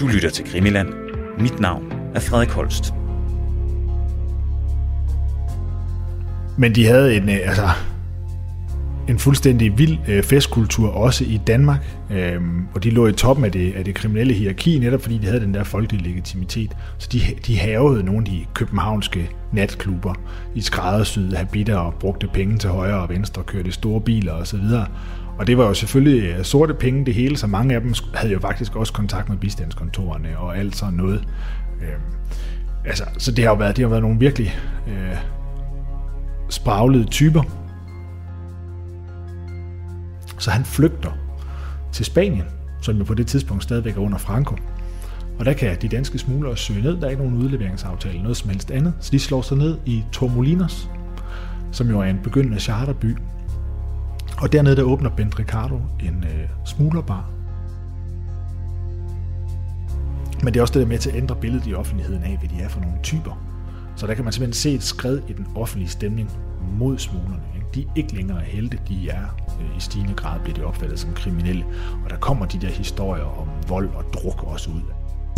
lytter til Krimiland. Mit navn er Frederik Holst. Men de havde en fuldstændig vild festkultur også i Danmark, og de lå i toppen af det kriminelle hierarki, netop fordi de havde den der folkelige legitimitet. Så de havede nogle af de københavnske natklubber i skræddersyede habitter og brugte penge til højre og venstre og kørte store biler osv. Og det var jo selvfølgelig sorte penge det hele, så mange af dem havde jo faktisk også kontakt med bistandskontorerne og alt sådan noget. Så det har været nogle virkelig spraglede typer. Så han flygter til Spanien, som jo på det tidspunkt stadigvæk er under Franco. Og der kan de danske smuglere søge ned. Der er ikke nogen udleveringsaftale, noget som helst andet. Så de slår sig ned i Torremolinos, som jo er en begyndende charterby. Og dernede der åbner Bent Ricardo en smuglerbar. Men det er også det der med til at ændre billedet i offentligheden af, hvad de er for nogle typer. Så der kan man simpelthen se et skred i den offentlige stemning mod smuglerne. De er ikke længere helte, de er i stigende grad bliver de opfattet som kriminelle. Og der kommer de der historier om vold og druk også ud.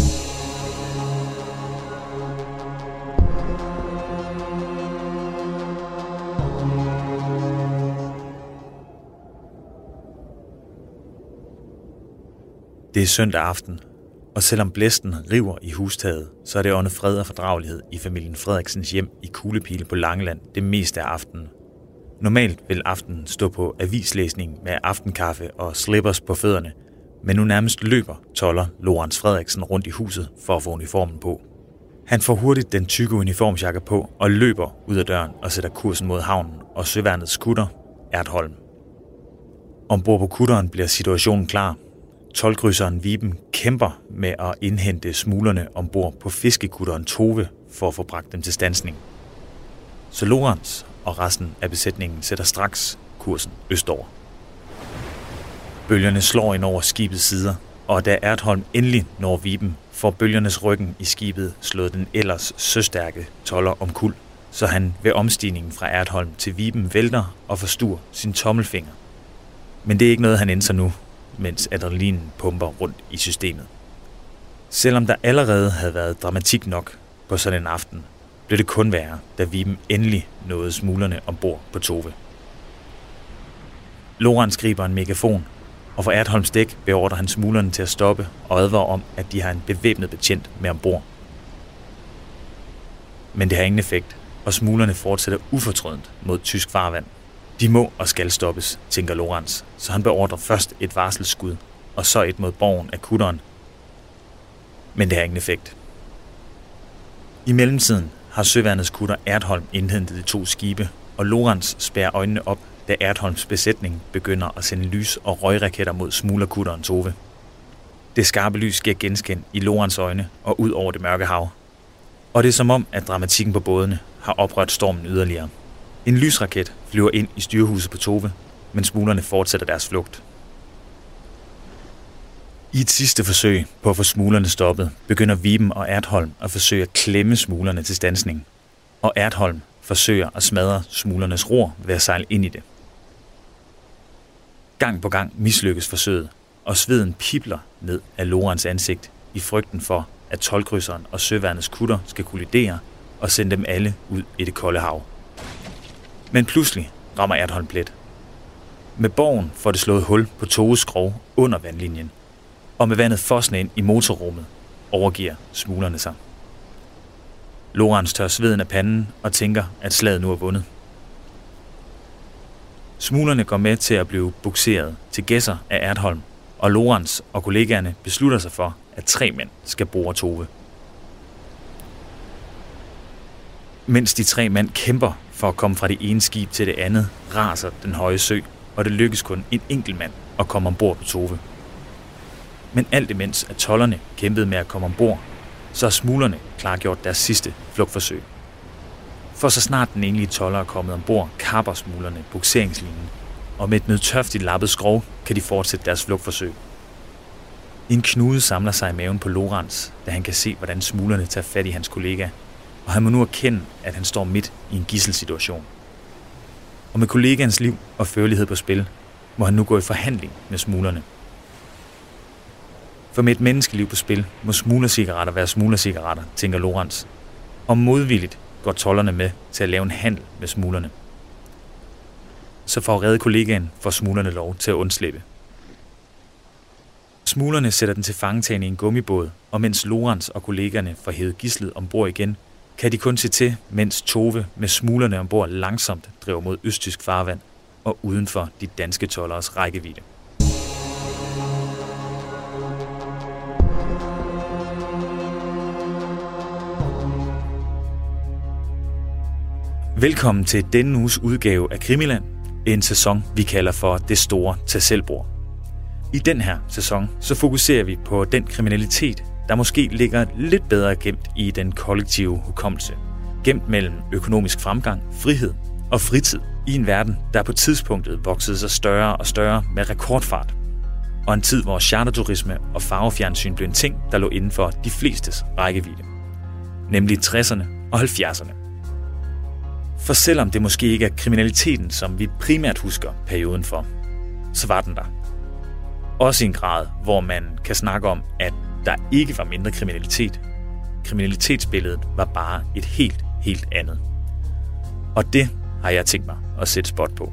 Det er søndag aften, og selvom blæsten river i hustaget, så er det åndet fred og fordragelighed i familien Fredriksens hjem i Kuglepile på Langeland det meste af aftenen. Normalt vil aftenen stå på avislæsning med aftenkaffe og slippers på fødderne, men nu nærmest løber toller Lorenz Frederiksen rundt i huset for at få uniformen på. Han får hurtigt den tykke uniformsjakke på og løber ud af døren og sætter kursen mod havnen og søværnets kutter, Ertholm. Ombord på kutteren bliver situationen klar. Toldkrydseren Viben kæmper med at indhente smuglerne ombord på fiskekutteren Tove for at få bragt dem til standsning. Så Lorenz og resten af besætningen sætter straks kursen østover. Bølgerne slår ind over skibets sider, og da Ertholm endelig når Viben, får bølgernes ryggen i skibet slået den ellers søstærke toller omkuld, så han ved omstigningen fra Ertholm til Viben vælter og forstuer sin tommelfinger. Men det er ikke noget, han indser nu, mens adrenalinen pumper rundt i systemet. Selvom der allerede havde været dramatik nok på sådan en aften, blev det kun værre, da Viben endelig nåede smuglerne ombord på Tove. Lorenz griber en megafon, og for Ertholms dæk beordrer han smuglerne til at stoppe og advarer om, at de har en bevæbnet betjent med ombord. Men det har ingen effekt, og smuglerne fortsætter ufortrødent mod tysk farvand. De må og skal stoppes, tænker Lorenz, så han beordrer først et varselsskud, og så et mod borgen af kutteren. Men det har ingen effekt. I mellemtiden har søværnets kutter Ertholm indhentet de 2 skibe, og Lorenz spærrer øjnene op, da Ertholms besætning begynder at sende lys- og røgraketter mod smuglerkutteren Tove. Det skarpe lys sker genkendt i Lorenz øjne og ud over det mørke hav. Og det er som om, at dramatikken på bådene har oprørt stormen yderligere. En lysraket flyver ind i styrehuset på Tove, men smuglerne fortsætter deres flugt. I et sidste forsøg på at få smuglerne stoppet, begynder Viben og Ertholm at forsøge at klemme smuglerne til standsning. Og Ertholm forsøger at smadre smuglernes ror ved at sejle ind i det. Gang på gang mislykkes forsøget, og sveden pibler ned af Lorenz ansigt i frygten for, at toldkrydseren og søværnets kutter skal kollidere og sende dem alle ud i det kolde hav. Men pludselig rammer Ertholm plet. Med borgen får det slået hul på Toves skrog under vandlinjen, og med vandet fossende ind i motorrummet overgiver smuglerne sig. Lorenz tør sveden af panden og tænker, at slaget nu er vundet. Smuglerne går med til at blive bukseret til Gedser af Ertholm, og Lorenz og kollegaerne beslutter sig for, at 3 mænd skal bore Tove. Mens de 3 mænd kæmper for at komme fra det ene skib til det andet, raser den høje sø, og det lykkes kun en enkelt mand at komme ombord på Tove. Men alt imens at tolderne kæmpede med at komme ombord, så har smuglerne klargjort deres sidste flugtforsøg. For så snart den enlige toller er kommet ombord, kapper smuglerne bukseringslinjen, og med et nødtørftigt lappet skrog kan de fortsætte deres flugtforsøg. En knude samler sig i maven på Lorenz, da han kan se, hvordan smuglerne tager fat i hans kollega, og han må nu erkende, at han står midt i en gidselsituation. Og med kollegaens liv og førlighed på spil, må han nu gå i forhandling med smuglerne. For med et menneskeliv på spil, må smuglercigaretter være smuglercigaretter, tænker Lorenz. Og modvilligt går tolderne med til at lave en handel med smuglerne. Så for at redde kollegaen får smuglerne lov til at undslippe. Smuglerne sætter den til fangetagende i en gummibåd, og mens Lorenz og kollegerne får hævet gidslet ombord igen, kan de kun se til, mens Tove med smuglerne ombord langsomt driver mod østtysk farvand og uden for de danske tolderes rækkevidde. Velkommen til denne uges udgave af Krimiland, en sæson, vi kalder for Det Store Tag Selv-bord. I den her sæson så fokuserer vi på den kriminalitet, der måske ligger lidt bedre gemt i den kollektive hukommelse. Gemt mellem økonomisk fremgang, frihed og fritid i en verden, der på tidspunktet voksede sig større og større med rekordfart. Og en tid, hvor charterturisme og farvefjernsyn blev en ting, der lå inden for de flestes rækkevidde. Nemlig 60'erne og 70'erne. For selvom det måske ikke er kriminaliteten, som vi primært husker perioden for, så var den der. Også i en grad, hvor man kan snakke om, at der ikke var mindre kriminalitet. Kriminalitetsbilledet var bare et helt andet. Og det har jeg tænkt mig at sætte spot på.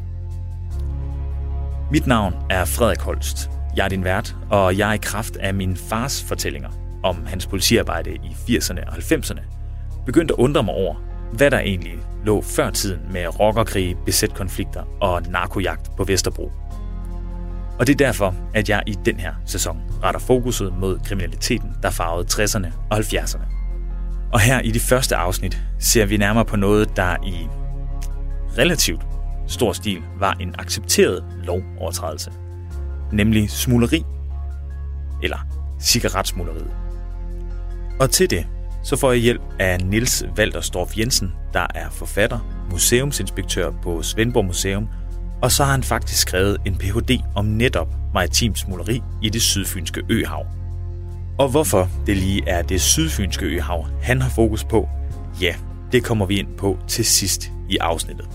Mit navn er Frederik Holst. Jeg er din vært, og jeg er i kraft af min fars fortællinger om hans politiarbejde i 80'erne og 90'erne begyndt at undre mig over, hvad der egentlig lå før tiden med rockerkrige, besætkonflikter og narkojagt på Vesterbro. Og det er derfor, at jeg i den her sæson retter fokuset mod kriminaliteten, der farvede 60'erne og 70'erne. Og her i de første afsnit ser vi nærmere på noget, der i relativt stor stil var en accepteret lovovertrædelse. Nemlig smugleri. Eller cigaretsmugleriet. Og til det så får jeg hjælp af Niels Walterstorff Jensen, der er forfatter, museumsinspektør på Svendborg Museum, og så har han faktisk skrevet en Ph.D. om netop maritimt smugleri i det sydfynske øhav. Og hvorfor det lige er det sydfynske øhav, han har fokus på, ja, det kommer vi ind på til sidst i afsnittet.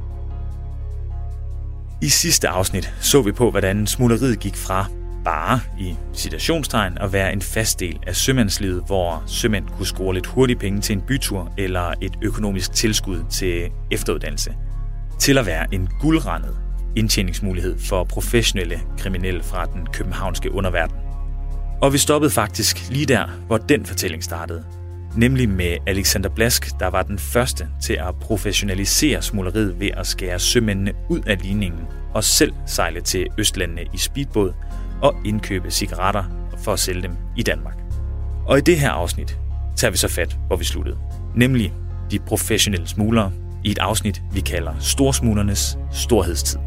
I sidste afsnit så vi på, hvordan smugleriet gik fra bare i citationstegn at være en fast del af sømandslivet, hvor sømænd kunne score lidt hurtige penge til en bytur eller et økonomisk tilskud til efteruddannelse, til at være en guldrandet indtjeningsmulighed for professionelle kriminelle fra den københavnske underverden. Og vi stoppede faktisk lige der, hvor den fortælling startede, nemlig med Alexander Blask, der var den første til at professionalisere smugleriet ved at skære sømændene ud af ligningen og selv sejle til Østlandene i speedbåd og indkøbe cigaretter for at sælge dem i Danmark. Og i det her afsnit tager vi så fat, hvor vi sluttede, nemlig de professionelle smuglere i et afsnit, vi kalder Storsmuglernes storhedstid.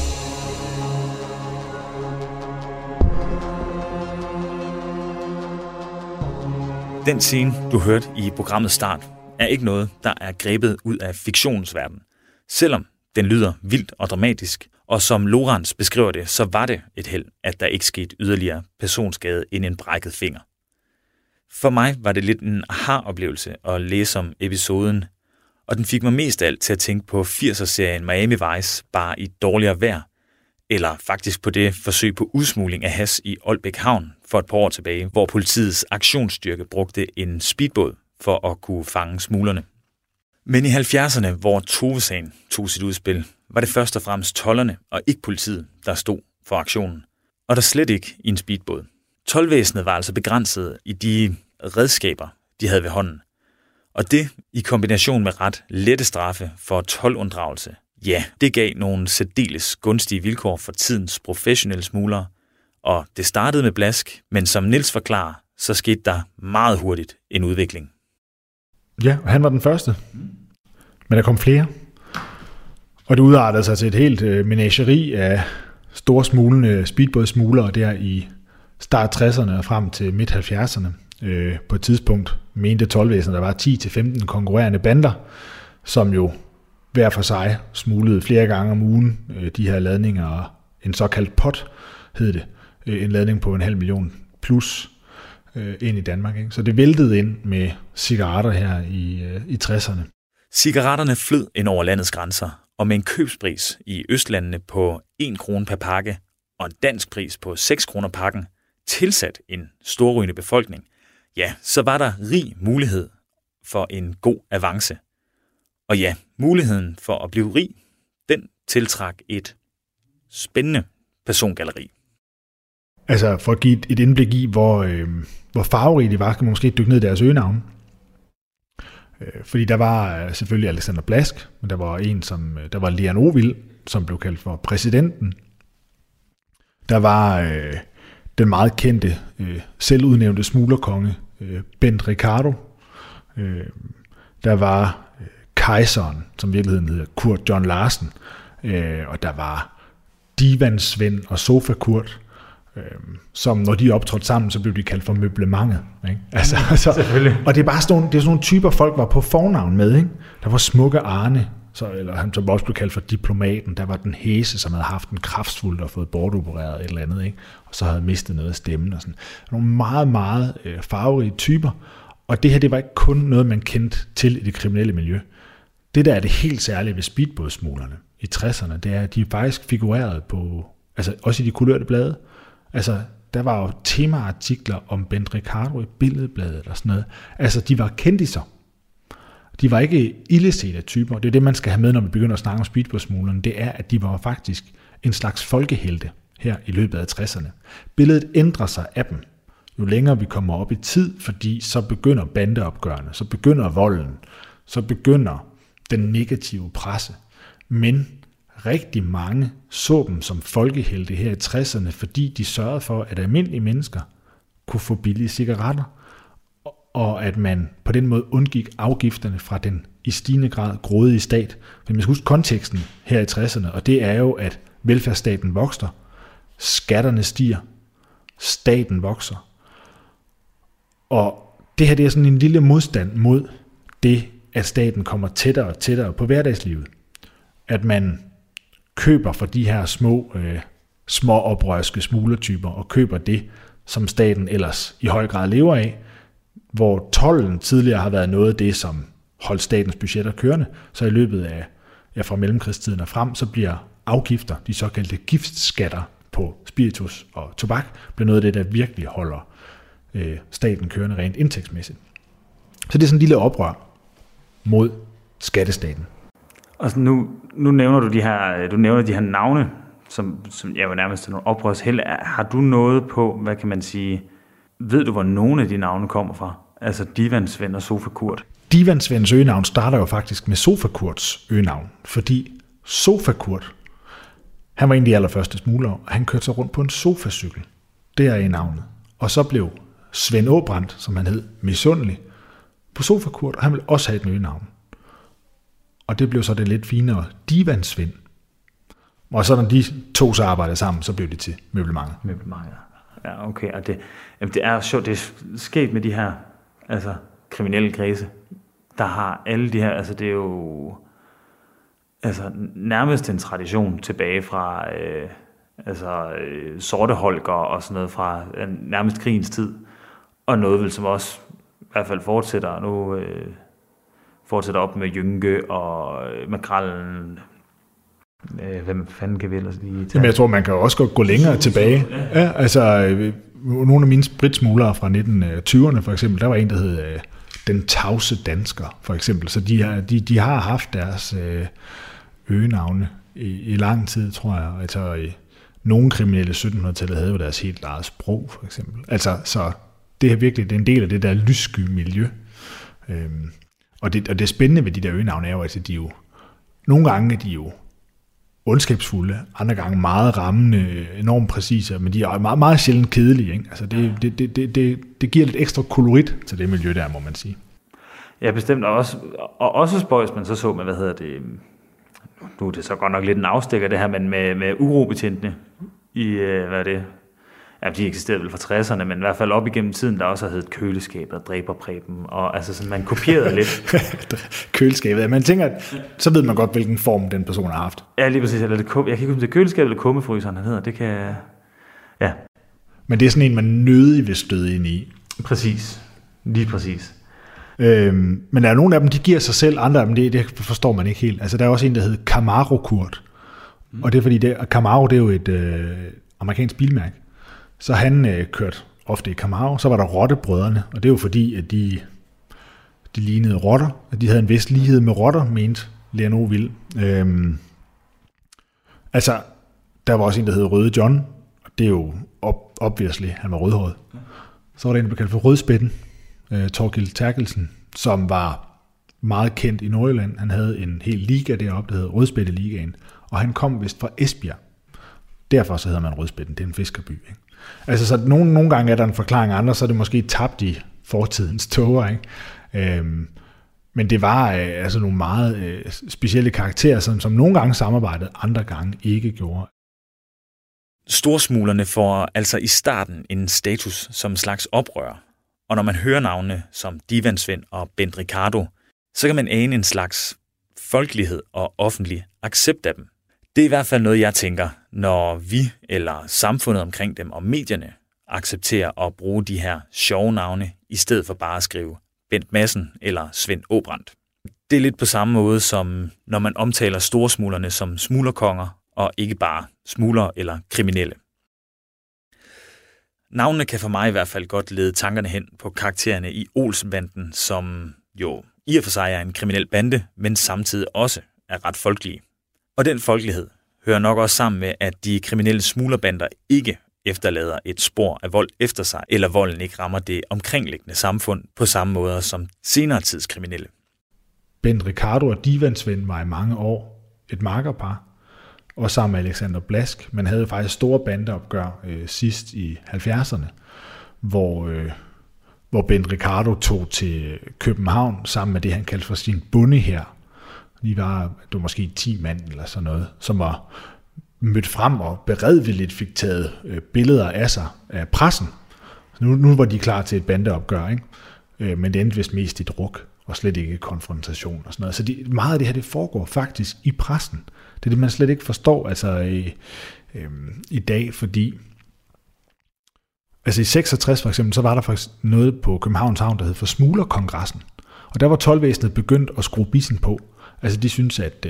Den scene, du hørte i programmets start, er ikke noget, der er grebet ud af fiktionens verden. Selvom den lyder vildt og dramatisk, og som Lorenz beskriver det, så var det et held, at der ikke skete yderligere personskade end en brækket finger. For mig var det lidt en aha-oplevelse at læse om episoden, og den fik mig mest af alt til at tænke på 80'er-serien Miami Vice, bare i dårligere vejr, eller faktisk på det forsøg på udsmugling af hash i Aalbæk Havn for et par år tilbage, hvor politiets aktionsstyrke brugte en speedbåd for at kunne fange smuglerne. Men i 70'erne, hvor Tove-sagen tog sit udspil, var det først og fremmest tolderne og ikke politiet, der stod for aktionen. Og der slet ikke i en speedbåd. Toldvæsenet var altså begrænset i de redskaber, de havde ved hånden. Og det i kombination med ret lette straffe for toldunddragelse, ja, det gav nogle særdeles gunstige vilkår for tidens professionelle smuglere. Og det startede med Blask, men som Niels forklarer, så skete der meget hurtigt en udvikling. Ja, og han var den første. Men der kom flere. Og det udartede sig til et helt menageri af storsmuglende speedbådsmuglere der i start 60'erne og frem til midt 70'erne. På et tidspunkt mente toldvæsenet, der var 10-15 konkurrerende bander, som jo hver for sig smuglede flere gange om ugen de her ladninger, og en såkaldt pot hed det, en ladning på 500.000 plus ind i Danmark. Ikke? Så det væltede ind med cigaretter her i 60'erne. Cigaretterne flød ind over landets grænser, og med en købspris i Østlandene på 1 krone per pakke og en dansk pris på 6 kroner pakken, tilsat en storrygende befolkning, ja, så var der rig mulighed for en god avance. Og ja, muligheden for at blive rig, den tiltrak et spændende persongalleri. Altså for at give et indblik i, hvor farverige de var, skal man måske dykke ned i deres øgenavne. Fordi der var selvfølgelig Alexander Blask, men der var Leon Ovil, som blev kaldt for præsidenten. Der var den meget kendte, selvudnævnte smuglerkonge, Bent Ricardo. Der var kejseren, som i virkeligheden hedder Kurt John Larsen. Og der var Divan Svend og Sofa Kurt, som når de optrådte sammen, så blev de kaldt for møblementet. Ikke? Altså, og det er bare sådan nogle typer, folk var på fornavn med. Ikke? Der var Smukke Arne, eller han som også blev kaldt for diplomaten. Der var den hæse, som havde haft en kræftsvulst og fået bortopereret et eller andet, ikke? Og så havde mistet noget af stemmen. Og sådan. Nogle meget, meget farverige typer. Og det her, det var ikke kun noget, man kendte til i det kriminelle miljø. Det, der er det helt særlige ved speedbådsmuglerne i 60'erne, det er, at de faktisk figurerede på, altså også i de kulørte blade. Altså, der var jo temaartikler om Bent Ricardo i Billedbladet og sådan noget. Altså, de var kendiser. De var ikke ildesete typer. Det er det, man skal have med, når vi begynder at snakke om speedbådsmuglerne. Det er, at de var faktisk en slags folkehelte her i løbet af 60'erne. Billedet ændrer sig af dem, jo længere vi kommer op i tid, fordi så begynder bandeopgørene, så begynder volden, så begynder den negative presse. Men rigtig mange så dem som folkehelte her i 60'erne, fordi de sørgede for, at almindelige mennesker kunne få billige cigaretter, og at man på den måde undgik afgifterne fra den i stigende grad grådige stat. Men man skal huske konteksten her i 60'erne, og det er jo, at velfærdsstaten vokser, skatterne stiger, staten vokser. Og det her, det er sådan en lille modstand mod det, at staten kommer tættere og tættere på hverdagslivet. At man køber for de her små oprørske smuglertyper, og køber det, som staten ellers i høj grad lever af, hvor tolden tidligere har været noget af det, som holdt statens budgetter kørende, så i løbet af fra mellemkrigstiden og frem, så bliver afgifter, de såkaldte giftskatter på spiritus og tobak, bliver noget af det, der virkelig holder staten kørende rent indtægtsmæssigt. Så det er sådan en lille oprør mod skattestaten. Og nu nævner du de her navne, som jeg jo nærmest er nogle oprørsheld. Har du noget på, hvad kan man sige, ved du, hvor nogle af de navne kommer fra? Altså Divan Svend og Sofa Kurt. Divan Svends øgenavn starter jo faktisk med Sofa Kurts øgenavn, fordi Sofa Kurt, han var en af de allerførste smuglere, og han kørte sig rundt på en sofacykel. Det er i navnet. Og så blev Svend Åbrandt, som han hed, misundelig på Sofa Kurt, og han ville også have et øgenavn. Og det blev så det lidt finere Divan Svend. Og så når de to så arbejdede sammen, så blev det til møblementet. Møblementet, ja, okay. Og det er sjovt, det er sket med de her kriminelle kredse, der har alle de her, altså det er jo nærmest en tradition tilbage fra sorte holker og sådan noget fra nærmest krigens tid, og noget vel som også i hvert fald fortsætter nu, fortsætter op med Jynke og Makrallen. Hvem fanden kan vi ellers lige tage? Jamen, jeg tror, man kan også godt gå længere tilbage. Ja, altså, nogle af mine spritsmuglere fra 1920'erne for eksempel, der var en, der hed Den Tavse Dansker, for eksempel. Så de har haft deres øgenavne i lang tid, tror jeg. Altså, nogle kriminelle 1700-tallet havde jo deres helt eget sprog, for eksempel. Altså, så det er virkelig en del af det der lyssky miljø. Og det spændende ved de der øgenavne er jo, at de jo nogle gange er de jo ondskabsfulde, andre gange meget rammende, enormt præcise, men de er meget, meget sjældent kedelige. Ikke? Altså det giver lidt ekstra kolorit til det miljø der, må man sige. Ja, bestemt. Og også spøjs, man så med, nu er det så godt nok lidt en afstikker det her, men med urobetjentene i, hvad er det? Ja, de eksisterede vel fra 60'erne, men i hvert fald op igennem tiden, der også har heddet køleskabet og dræberpræben, og altså sådan, man kopierede lidt. Køleskabet, man tænker, så ved man godt, hvilken form den person har haft. Ja, lige præcis. Jeg kan ikke huske, om det er køleskabet eller kummefryseren, han hedder. Det kan, ja. Men det er sådan en, man nødig vil støde ind i. Præcis. Lige præcis. Men der er nogle af dem, de giver sig selv, andre af dem, det forstår man ikke helt. Altså, der er også en, der hedder Camaro Kurt. Og det er fordi, Camaro, det er jo et amerikansk bilmærke. Så han kørte ofte i Camaro. Så var der Rottebrødrene, og det er jo fordi, at de lignede rotter, at de havde en vis lighed med rotter, mente Leon Ovil. Der var også en, der hed Røde John, og det er jo obviously, han var rødhåret. Så var der en, der blev kaldt for Rødspætten, Torkild Terkelsen, som var meget kendt i Nordjylland. Han havde en hel liga deroppe, der hed Rødspætteligaen, og han kom vist fra Esbjerg. Derfor så hedder man Rødspætten, det er en fiskerby. Ikke? Altså, så nogle gange er der en forklaring, andre så er det måske tabt i fortidens tåger, ikke? Men det var nogle meget specielle karakterer, som nogle gange samarbejdede, andre gange ikke gjorde. Storsmuglerne får altså i starten en status som en slags oprør, og når man hører navne som Divansvend og Bent Ricardo, så kan man ane en slags folkelighed og offentlig accept af dem. Det er i hvert fald noget, jeg tænker, når vi eller samfundet omkring dem og medierne accepterer at bruge de her sjove navne, i stedet for bare at skrive Bent Madsen eller Svend Åbrandt. Det er lidt på samme måde, som når man omtaler storsmuglerne som smuglerkonger, og ikke bare smuglere eller kriminelle. Navnene kan for mig i hvert fald godt lede tankerne hen på karaktererne i Olsen-banden, som jo i og for sig er en kriminel bande, men samtidig også er ret folkelige. Og den folkelighed hører nok også sammen med, at de kriminelle smuglerbander ikke efterlader et spor af vold efter sig, eller volden ikke rammer det omkringliggende samfund på samme måde som senere tids kriminelle. Bent Ricardo og Divansvend var i mange år et makkerpar, og sammen med Alexander Blask. Man havde faktisk store bandeopgør sidst i 70'erne, hvor Bent Ricardo tog til København sammen med det, han kaldte for sin bondehær. Det var måske 10 mand eller sådan noget, som var mødt frem og beredvilligt fik taget billeder af sig af pressen. Nu var de klar til et bandeopgør, ikke? Men det endte vist mest i druk og slet ikke konfrontation og sådan noget. Så meget af det her, det foregår faktisk i pressen. Det er det, man slet ikke forstår i dag, fordi i 66 for eksempel, så var der faktisk noget på Københavns Havn, der hed for Smuglerkongressen. Og der var toldvæsenet begyndt at skrue bissen på. Altså de synes, at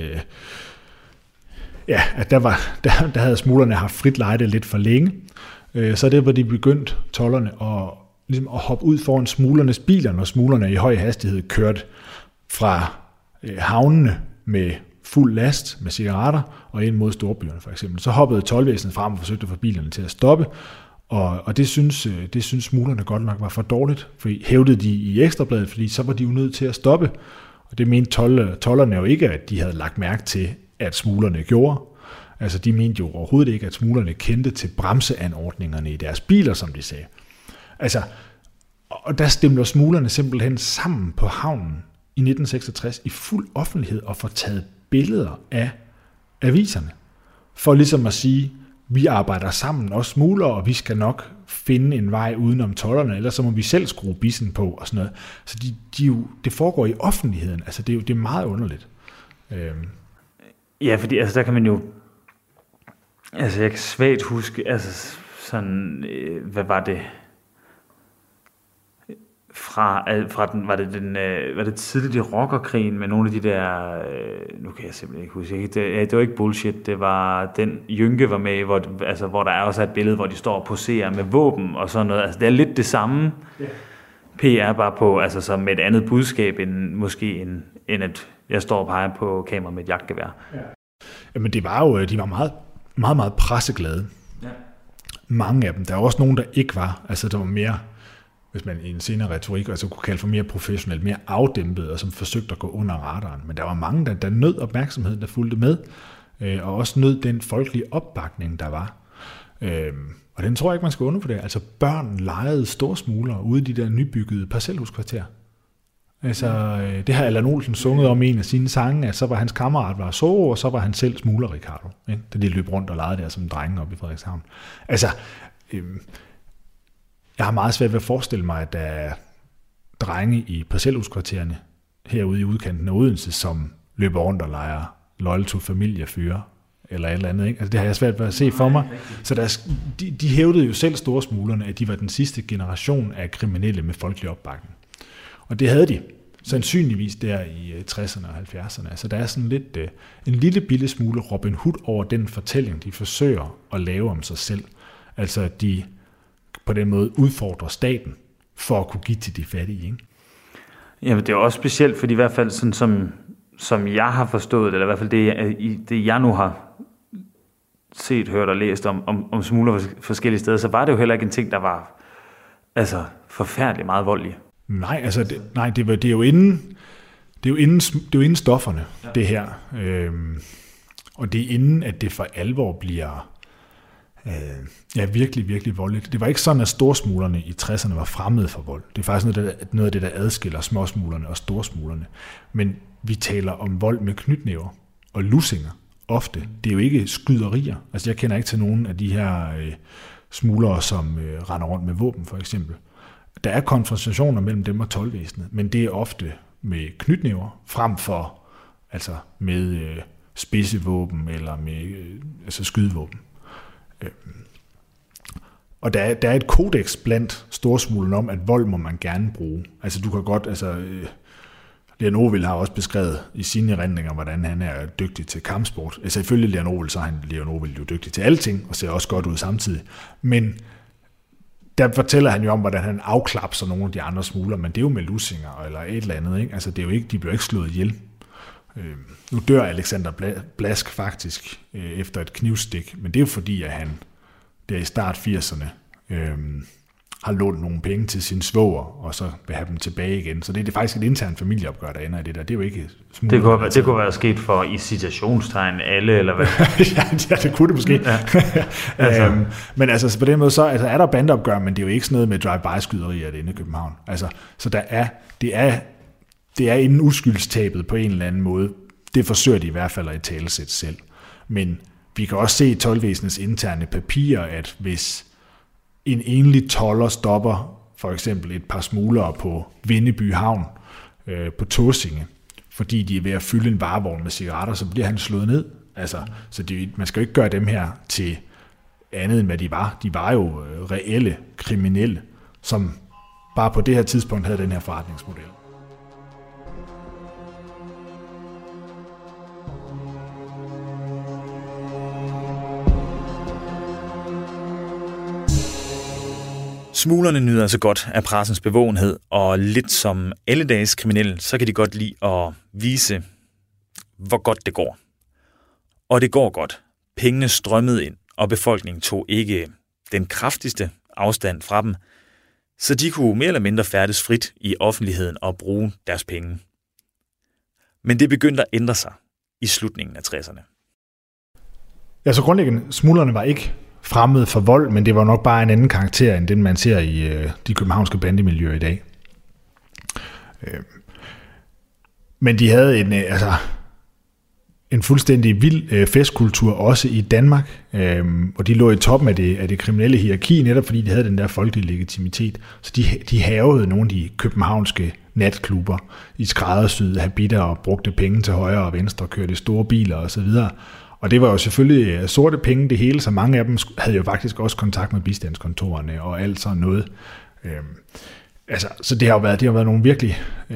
der havde smuglerne haft frit lejde lidt for længe. Så det var de begyndt, tolderne, at hoppe ud foran smuglernes biler, når smuglerne i høj hastighed kørte fra havnene med fuld last med cigaretter og ind mod storbyerne for eksempel. Så hoppede toldvæsenet frem og forsøgte at få bilerne til at stoppe, og det synes smuglerne godt nok var for dårligt, for hævdede de i Ekstrabladet, fordi så var de jo nødt til at stoppe. Og det mente tolderne jo ikke, at de havde lagt mærke til, at smuglerne gjorde. Altså de mente jo overhovedet ikke, at smuglerne kendte til bremseanordningerne i deres biler, som de sagde. Altså, og der stemler smuglerne simpelthen sammen på havnen i 1966 i fuld offentlighed og får taget billeder af aviserne. For ligesom at sige, vi arbejder sammen, også smuglere, og vi skal nok finde en vej udenom tolderne, ellers så må vi selv skrue bissen på og sådan noget. Så det foregår i offentligheden. Altså det er meget underligt. Ja, fordi altså der kan man jo, altså jeg kan svagt huske, altså sådan, hvad var det? Fra den, var det tidligt i rockerkrigen med nogle af de der, nu kan jeg simpelthen ikke huske, det var ikke bullshit, det var den Jynke var med, hvor der er også et billede, hvor de står og poserer med våben og sådan noget, altså det er lidt det samme PR, bare på, altså som med et andet budskab, end at jeg står og peger på kamera med et jagtgevær. Ja. Jamen det var jo, de var meget, meget, meget presseglade. Ja. Mange af dem, der er også nogen, der ikke var, altså der var mere, hvis man i en senere retorik altså kunne kalde for mere professionelt, mere afdæmpet, og som forsøgte at gå under radaren. Men der var mange, der nød opmærksomheden, der fulgte med, og også nød den folkelige opbakning, der var. Og den tror jeg ikke, man skal undervurdere. Altså børn legede storsmuglere ude i de der nybyggede parcelhuskvarter. Altså, det har Allan Olsen sunget om en af sine sange, at så var hans kammerat var Zorro, og så var han selv smugler Ricardo, ikke? Da de løb rundt og legede der som drenge oppe i Frederikshavn. Altså, jeg har meget svært ved at forestille mig, at der er drenge i parcelhuskvartererne herude i udkanten af Odense, som løber rundt og leger Loyal to Familie-fyre, eller et eller andet, ikke? Altså, det har jeg svært ved at se for mig. Så de hævdede jo selv storsmuglerne, at de var den sidste generation af kriminelle med folkelig opbakning. Og det havde de sandsynligvis der i 60'erne og 70'erne. Altså der er sådan lidt en lille bitte smule Robin Hood over den fortælling, de forsøger at lave om sig selv. Altså de på den måde udfordre staten for at kunne give til de fattige, ikke? Jamen, det er også specielt, fordi i hvert fald sådan som jeg har forstået det, eller i hvert fald det jeg nu har set, hørt og læst om smugler forskellige steder, så var det jo heller ikke en ting, der var forfærdeligt meget voldelig. Nej, det er jo inden stofferne, ja. Det her. Og det er inden, at det for alvor bliver virkelig, virkelig voldeligt. Det var ikke sådan, at storsmuglerne i 60'erne var fremmede for vold. Det er faktisk noget af det, der adskiller småsmuglerne og storsmuglerne. Men vi taler om vold med knytnæver og lussinger ofte. Det er jo ikke skyderier. Altså, jeg kender ikke til nogen af de her smuglere, som render rundt med våben, for eksempel. Der er konfrontationer mellem dem og toldvæsenet, men det er ofte med knytnæver, frem for med spidsevåben eller med skydevåben. Og der er et kodeks blandt storsmuglerne om, at vold må man gerne bruge. Altså du kan godt, Leon Ovil har også beskrevet i sine erindringer, hvordan han er dygtig til kampsport. Altså ifølge Leon Ovil, så er Leon Ovil jo dygtig til alting, og ser også godt ud samtidig. Men der fortæller han jo om, hvordan han afklapser nogle af de andre smugler, men det er jo med lussinger eller et eller andet, ikke? Altså det er jo ikke, de bliver ikke slået ihjel. Nu dør Alexander Blask faktisk efter et knivstik, men det er jo fordi, at han der i start 80'erne har lånt nogle penge til sin svoger, og så vil have dem tilbage igen. Så det er faktisk et internt familieopgør, der ender i det der. Det er jo ikke smugler. Det kunne være sket for i citationstegn alle, eller hvad? ja, det kunne det måske. Ja. Men på den måde så er der bandeopgør, men det er jo ikke sådan noget med drive-by-skyderier inde i København. Så det er inden uskyldstabet på en eller anden måde. Det forsøger de i hvert fald at italesætte selv. Men vi kan også se i toldvæsenets interne papirer, at hvis en enlig tolder stopper for eksempel et par smuglere på Vindeby Havn på Tåsinge, fordi de er ved at fylde en varevogn med cigaretter, så bliver han slået ned. Så man skal jo ikke gøre dem her til andet end hvad de var. De var jo reelle kriminelle, som bare på det her tidspunkt havde den her forretningsmodel. Smuglerne nyder altså godt af pressens bevågenhed, og lidt som alle dages kriminelle, så kan de godt lide at vise, hvor godt det går. Og det går godt. Pengene strømmede ind, og befolkningen tog ikke den kraftigste afstand fra dem, så de kunne mere eller mindre færdes frit i offentligheden og bruge deres penge. Men det begyndte at ændre sig i slutningen af 60'erne. Ja, så grundlæggende, smuglerne var ikke fremmede for vold, men det var nok bare en anden karakter, end den man ser i de københavnske bandemiljøer i dag. Men de havde en fuldstændig vild festkultur også i Danmark, og de lå i toppen af det kriminelle hierarki, netop fordi de havde den der folkelige legitimitet. Så de havede nogle af de københavnske natklubber i skræddersyede habitter og brugte penge til højre og venstre, kørte store biler osv. Og det var jo selvfølgelig sorte penge det hele, så mange af dem havde jo faktisk også kontakt med bistandskontorerne og alt sådan noget. Så det har været nogle virkelig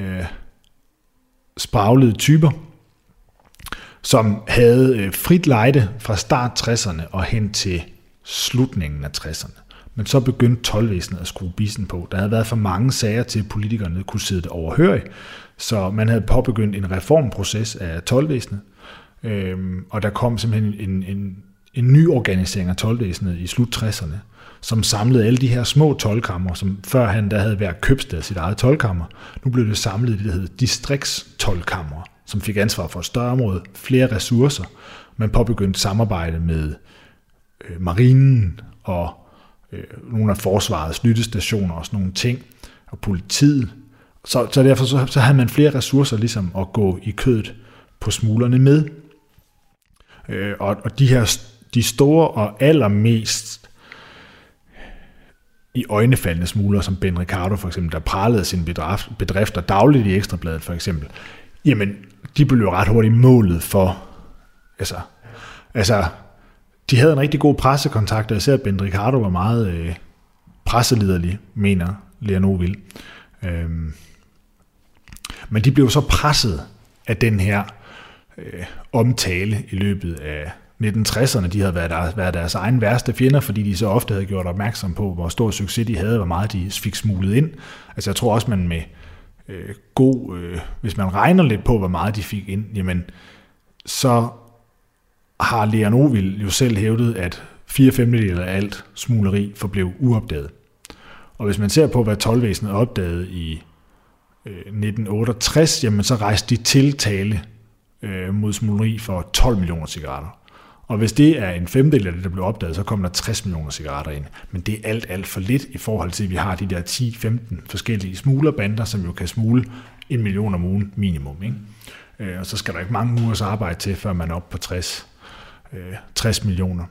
spraglede typer, som havde frit lejde fra start 60'erne og hen til slutningen af 60'erne. Men så begyndte toldvæsenet at skrue bissen på. Der havde været for mange sager til, at politikerne kunne sidde det overhørigt, så man havde påbegyndt en reformproces af toldvæsenet. Og der kom simpelthen en ny organisering af toldvæsenet i slut 60'erne, som samlede alle de her små toldkammer, som førhen der havde været købsted sit eget toldkammer. Nu blev det samlet i det, der hed distriktstoldkammer, som fik ansvar for et større område, flere ressourcer. Man påbegyndte samarbejde med marinen og nogle af forsvarets lyttestationer og sådan nogle ting, og politiet. Så derfor så havde man flere ressourcer ligesom at gå i kødet på smuglerne med. Og de store og allermest i øjnefaldende smuglere, som Ben Ricardo for eksempel, der pralede sine bedrifter dagligt i Ekstrabladet for eksempel, jamen, de blev ret hurtigt målet for, de havde en rigtig god pressekontakt, og især Ben Ricardo var meget presseliderlig, mener Leon Ovil. Men de blev så presset af den her omtale i løbet af 1960'erne, de havde været deres egen værste fjender, fordi de så ofte havde gjort opmærksom på, hvor stor succes de havde, hvor meget de fik smuglet ind. Altså jeg tror også, man med hvis man regner lidt på, hvor meget de fik ind, jamen så har Leon Ovil jo selv hævdet, at 4/5 af alt smugleri forblev uopdaget. Og hvis man ser på, hvad toldvæsenet opdagede i 1968, jamen så rejste de tiltale mod smugleri for 12 millioner cigaretter. Og hvis det er 1/5 af det, der blev opdaget, så kommer der 60 millioner cigaretter ind. Men det er alt for lidt i forhold til, at vi har de der 10-15 forskellige smuglerbander, som jo kan smugle 1 million om ugen minimum. Ikke? Og så skal der ikke mange ugers arbejde til, før man er oppe på 60 millioner.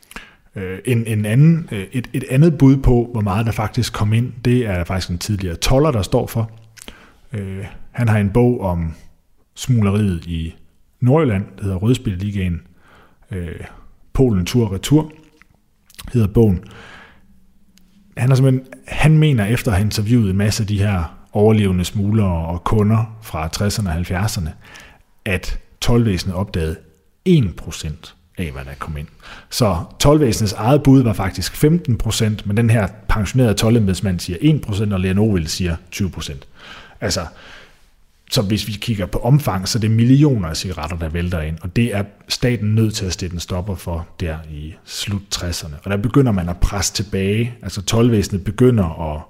Et andet bud på, hvor meget der faktisk kom ind, det er faktisk en tidligere toller, der står for. Han har en bog om smugleriet i Nordjylland, der hedder Rødspilligaen. Polen tur retur hedder bogen. Han mener efter at have interviewet en masse af de her overlevende smuglere og kunder fra 60'erne og 70'erne, at toldvæsenet opdagede 1% af, hvad der kom ind. Så toldvæsenets eget bud var faktisk 15%, men den her pensionerede toldembedsmand siger 1%, og Leon Ovil siger 20%. Altså, så hvis vi kigger på omfang, så er det millioner af cigaretter, der vælter ind, og det er staten nødt til at sætte en stopper for der i slut 60'erne. Og der begynder man at presse tilbage, altså toldvæsenet begynder at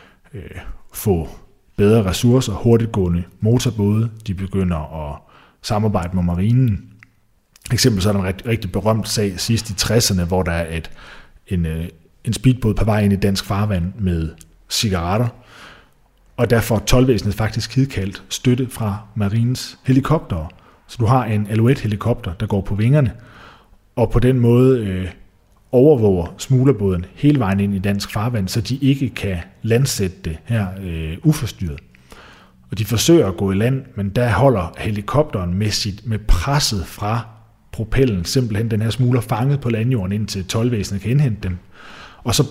få bedre ressourcer, hurtigtgående motorbåde, de begynder at samarbejde med marinen. Eksempel så er der en rigtig berømt sag sidst i 60'erne, hvor der er en speedbåd på vej ind i dansk farvand med cigaretter, og der får toldvæsenet faktisk hidkaldt støtte fra marinens helikoptere. Så du har en Alouette-helikopter, der går på vingerne, og på den måde overvåger smuglerbåden hele vejen ind i dansk farvand, så de ikke kan landsætte det her uforstyrret. Og de forsøger at gå i land, men der holder helikopteren med presset fra propellen, simpelthen den her smugler fanget på landjorden, indtil toldvæsenet kan indhente dem. Og så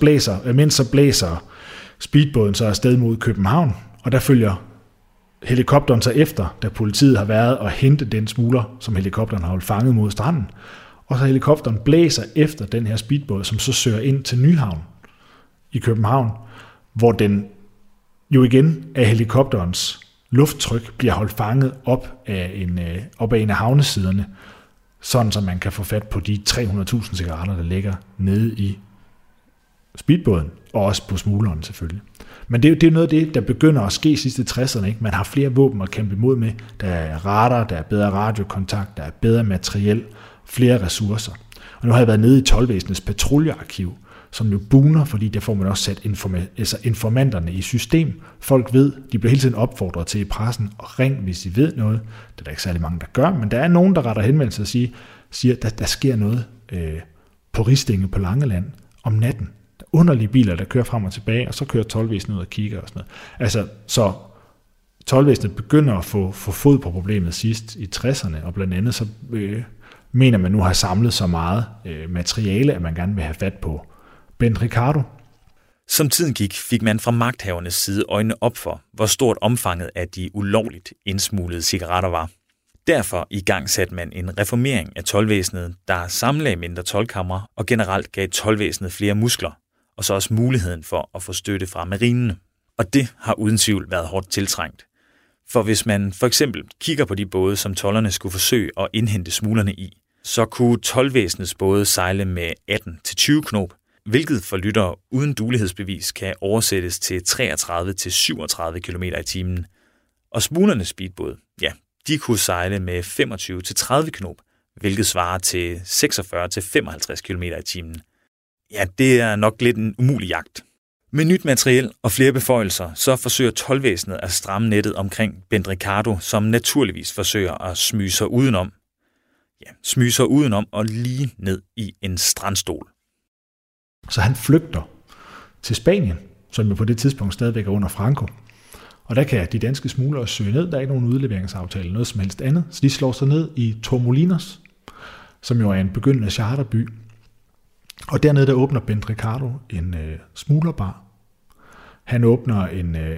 blæser speedbåden så afsted mod København, og der følger helikopteren så efter, da politiet har været og hentet den smugler, som helikopteren har holdt fanget mod stranden. Og så helikopteren blæser efter den her speedbåd, som så søger ind til Nyhavn i København, hvor den jo igen af helikopterens lufttryk bliver holdt fanget op af en af havnesiderne, sådan så man kan få fat på de 300.000 cigaretter, der ligger nede i speedbåden, og også på smugleren selvfølgelig. Men det er noget af det, der begynder at ske sidst i 60'erne. Ikke? Man har flere våben at kæmpe imod med. Der er radar, der er bedre radiokontakt, der er bedre materiel, flere ressourcer. Og nu har jeg været nede i toldvæsenets patruljearkiv, som jo buner, fordi der får man også sat informanterne i system. Folk ved, de bliver hele tiden opfordret til i pressen, og ring, hvis I ved noget. Det er der ikke særlig mange, der gør, men der er nogen, der retter henvendelse og siger at der sker noget på Ristinge på Langeland om natten. Der er underlige biler, der kører frem og tilbage, og så kører toldvæsenet ud og kigger og sådan noget. Altså, så toldvæsenet begynder at få fod på problemet sidst i 60'erne, og blandt andet så mener man nu har samlet så meget materiale, at man gerne vil have fat på Bent Ricardo. Som tiden gik, fik man fra magthavernes side øjnene op for, hvor stort omfanget af de ulovligt indsmuglede cigaretter var. Derfor igangsatte man en reformering af toldvæsenet, der sammenlagde mindre toldkamre og generelt gav toldvæsenet flere muskler, og så også muligheden for at få støtte fra marinen. Og det har uden tvivl været hårdt tiltrængt. For hvis man for eksempel kigger på de både, som tolderne skulle forsøge at indhente smuglerne i, så kunne toldvæsenets både sejle med 18-20 knop, hvilket for lyttere uden duelighedsbevis kan oversættes til 33-37 km i timen. Og smuglernes speedbåd, ja, de kunne sejle med 25-30 knop, hvilket svarer til 46-55 km i timen. Ja, det er nok lidt en umulig jagt. Med nyt materiel og flere beføjelser, så forsøger toldvæsenet at stramme nettet omkring Bent Ricardo, som naturligvis forsøger at smyge sig udenom. Ja, smyge sig udenom og lige ned i en strandstol. Så han flygter til Spanien, som jo på det tidspunkt stadigvæk er under Franco. Og der kan de danske smuglere søge ned. Der er ikke nogen udleveringsaftale, noget som helst andet. Så de slår sig ned i Torremolinos, som jo er en begyndende charterby. Og dernede der åbner Bent Ricardo en smuglerbar. Han åbner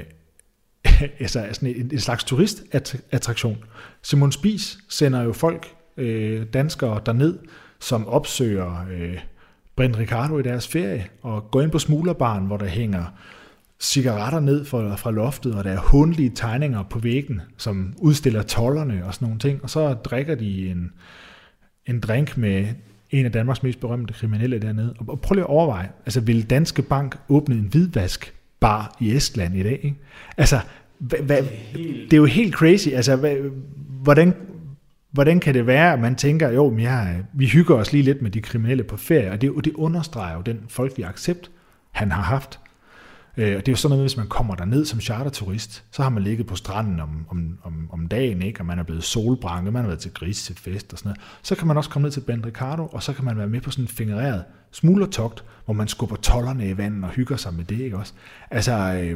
en slags turistattraktion. Simon Spies sender jo folk, danskere, derned som opsøger Brent Ricardo i deres ferie, og går ind på smuglerbaren, hvor der hænger cigaretter ned fra loftet, og der er hånlige tegninger på væggen, som udstiller tolderne og sådan nogle ting, og så drikker de en drink med en af Danmarks mest berømte kriminelle dernede. Og prøv lige at overveje, altså vil Danske Bank åbne en hvidvaskbar i Estland i dag? Ikke? Altså, det er jo helt crazy. Altså, hvordan kan det være, at man tænker, jo, vi hygger os lige lidt med de kriminelle på ferie, og det understreger jo den folkelige accept, han har haft. Og det er jo sådan noget, hvis man kommer derned som charterturist, så har man ligget på stranden om dagen, ikke? Og man er blevet solbranket, man har været til gris til fest og sådan noget. Så kan man også komme ned til Brent Ricardo, og så kan man være med på sådan en fingereret smuglertogt, hvor man skubber tolderne i vandet og hygger sig med det, ikke også? Altså,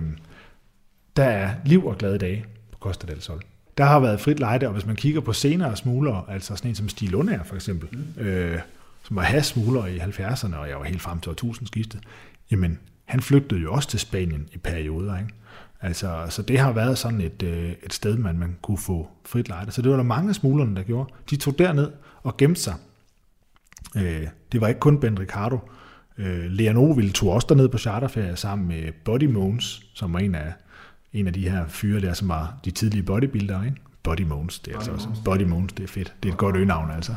der er liv og glade dage på Costa del Sol. Der har været frit lejde, og hvis man kigger på senere smuglere, altså sådan en som Stig Lundager for eksempel, som var hashsmugler i 70'erne, og jeg var helt frem til årtusindskiftet, jamen, han flygtede jo også til Spanien i perioder, ikke? Altså, så det har været sådan et sted, man kunne få frit lejde. Så det var der mange af smuglerne, der gjorde. De tog derned og gemte sig. Det var ikke kun Brent Ricardo. Leon Ovil tog også derned på charterferie sammen med Buddy Mogens, som var en af de her fyre der, som var de tidlige bodybuildere, ikke? Buddy Mogens, det er altså også Buddy Mogens, det er fedt. Det er et godt øgenavn, altså.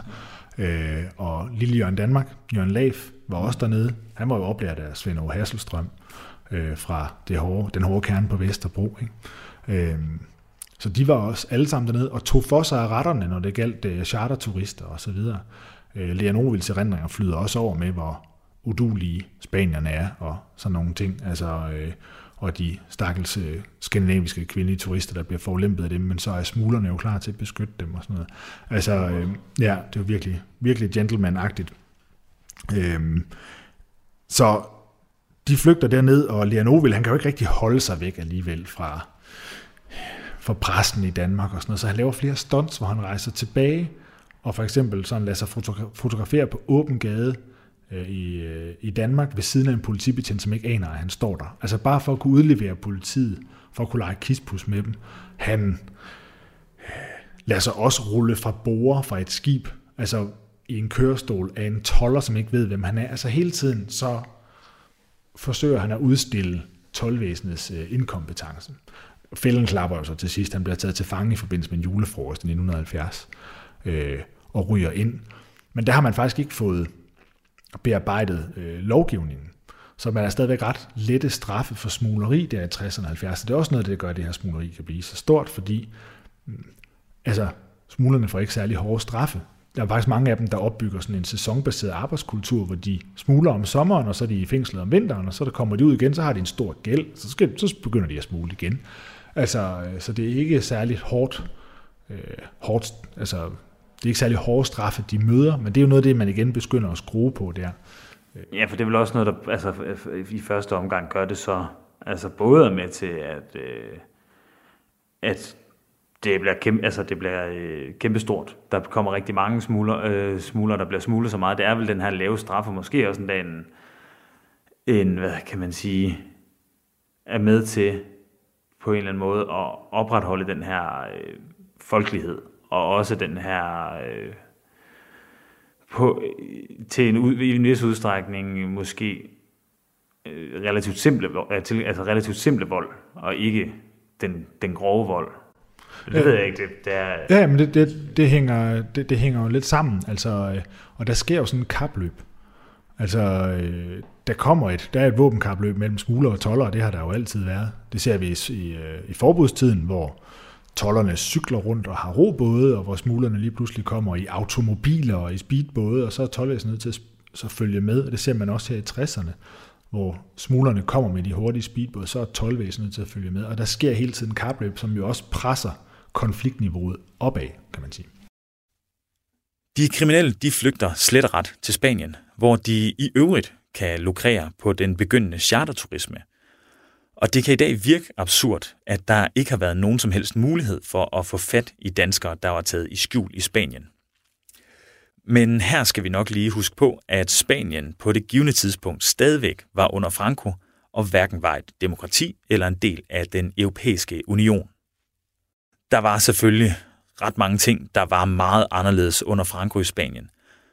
Og lille Jørgen Danmark, Jørgen Leif, var også dernede. Han var jo oplært af Svend Aage Hasselstrøm fra den hårde kerne på Vesterbro. Ikke? Så de var også alle sammen dernede og tog for sig af retterne, når det galt charterturister og så videre. Leon Ovils erindringer flyder også over med, hvor udulige spanierne er og sådan nogle ting. Altså, og de stakkels skandinaviske kvindelige turister, der bliver forulempet af dem, men så er smuglerne jo klar til at beskytte dem og sådan noget. Altså, ja, det er jo virkelig, virkelig gentleman-agtigt. Så de flygter derned, og Leon Ovil, han kan jo ikke rigtig holde sig væk alligevel fra pressen i Danmark og sådan noget, så han laver flere stunts, hvor han rejser tilbage, og for eksempel sådan lader sig fotografere på åben gade i Danmark ved siden af en politibetjent, som ikke aner, at han står der. Altså bare for at kunne udlevere politiet, for at kunne lege kispus med dem. Han lader sig også rulle fra borde fra et skib, altså i en kørestol af en tolder, som ikke ved, hvem han er. Altså hele tiden så forsøger han at udstille toldvæsenets inkompetence. Fælden klapper jo så til sidst. Han bliver taget til fange i forbindelse med en julefrokost i 1970 og ryger ind. Men der har man faktisk ikke fået bearbejdet lovgivningen. Så man er stadigvæk ret lette straffe for smugleri der i 60'erne og 70'erne. Det er også noget, der gør, at det her smugleri kan blive så stort, fordi altså, smuglerne får ikke særlig hårde straffe. Der er faktisk mange af dem, der opbygger sådan en sæsonbaseret arbejdskultur, hvor de smugler om sommeren, og så er de i fængslet om vinteren, og så der kommer de ud igen, så har de en stor gæld, så begynder de at smugle igen. Altså, så det er ikke særlig hårdt, altså, det er ikke særlig hårde straffe, de møder, men det er jo noget af det, man igen begynder at skrue på der. Ja, for det er vel også noget, der altså, i første omgang gør det så, altså både med til, at det bliver kæmpestort. Der kommer rigtig mange smugler, der bliver smuglet så meget. Det er vel den her lave straf, og måske også en hvad kan man sige, er med til på en eller anden måde at opretholde den her folkelighed, og også den her til en vis udstrækning måske relativt simple vold, og ikke den grove vold. Det ved jeg ikke. Det er... Ja, men det hænger jo lidt sammen. Altså, og der sker jo sådan en kapløb. Altså, der er et våbenkapløb mellem smugler og toldere, og det har der jo altid været. Det ser vi i forbudstiden, hvor tolderne cykler rundt og har robåde, og hvor smuglerne lige pludselig kommer i automobiler og i speedbåde, og så er toldvæsenet nødt til at så følge med. Og det ser man også her i 60'erne, hvor smuglerne kommer med de hurtige speedbåde, så er toldvæsenet nødt til at følge med. Og der sker hele tiden kapløb, som jo også presser konfliktniveauet opad, kan man sige. De kriminelle, de flygter slet og ret til Spanien, hvor de i øvrigt kan lukrere på den begyndende charterturisme. Og det kan i dag virke absurd, at der ikke har været nogen som helst mulighed for at få fat i danskere, der var taget i skjul i Spanien. Men her skal vi nok lige huske på, at Spanien på det givne tidspunkt stadigvæk var under Franco, og hverken var et demokrati eller en del af den europæiske union. Der var selvfølgelig ret mange ting, der var meget anderledes under Franco i Spanien.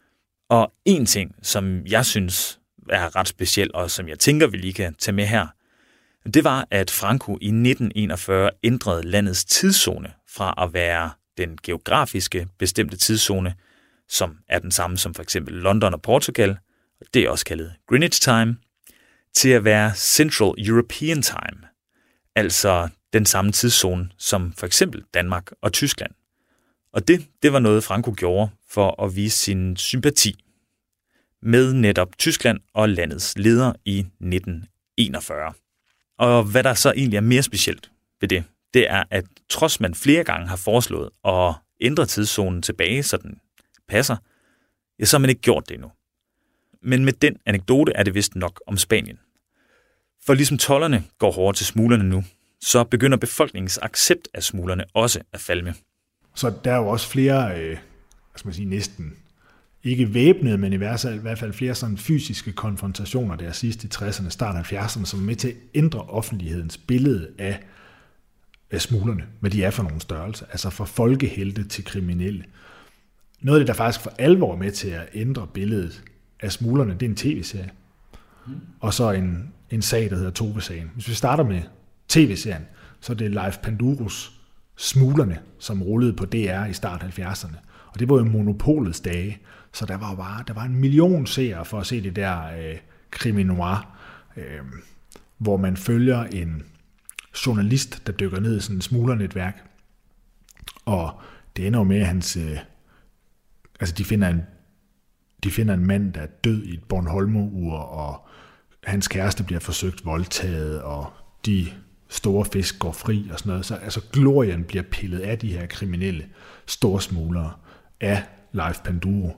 Og en ting, som jeg synes er ret speciel, og som jeg tænker, vi lige kan tage med her, det var, at Franco i 1941 ændrede landets tidszone fra at være den geografiske bestemte tidszone, som er den samme som for eksempel London og Portugal, og det er også kaldet Greenwich Time, til at være Central European Time, altså den samme tidszone som for eksempel Danmark og Tyskland. Og det var noget, Franco gjorde for at vise sin sympati med netop Tyskland og landets leder i 1941. Og hvad der så egentlig er mere specielt ved det er, at trods man flere gange har foreslået at ændre tidszonen tilbage, så den passer, ja, så har man ikke gjort det endnu. Men med den anekdote er det vist nok om Spanien. For ligesom tolderne går hårdere til smuglerne nu, så begynder befolkningens accept af smuglerne også at falme. Så der er jo også flere, næsten ikke væbnede, men i hvert fald flere sådan fysiske konfrontationer der sidst i 60'erne, start af 70'erne, som er med til at ændre offentlighedens billede af smuglerne, hvad de er for nogle størrelser, altså fra folkehelte til kriminelle. Noget af det, der faktisk for alvor er med til at ændre billedet af smuglerne, det er en tv-serie. Og så en sag, der hedder Tove-sagen. Hvis vi starter med tv-serien, så er det Leif Panduros Smuglerne, som rullede på DR i start 70'erne. Og det var jo monopolets dage, så der var en million seere for at se det der krimi noir, hvor man følger en journalist, der dykker ned i sådan et smuglernetværk. Og det ender jo med, at hans... de finder en mand, der er død i et Bornholmo-ur, og hans kæreste bliver forsøgt voldtaget, og de store fisk går fri og sådan noget. Så altså glorien bliver pillet af de her kriminelle storsmuglere af Leif Panduro.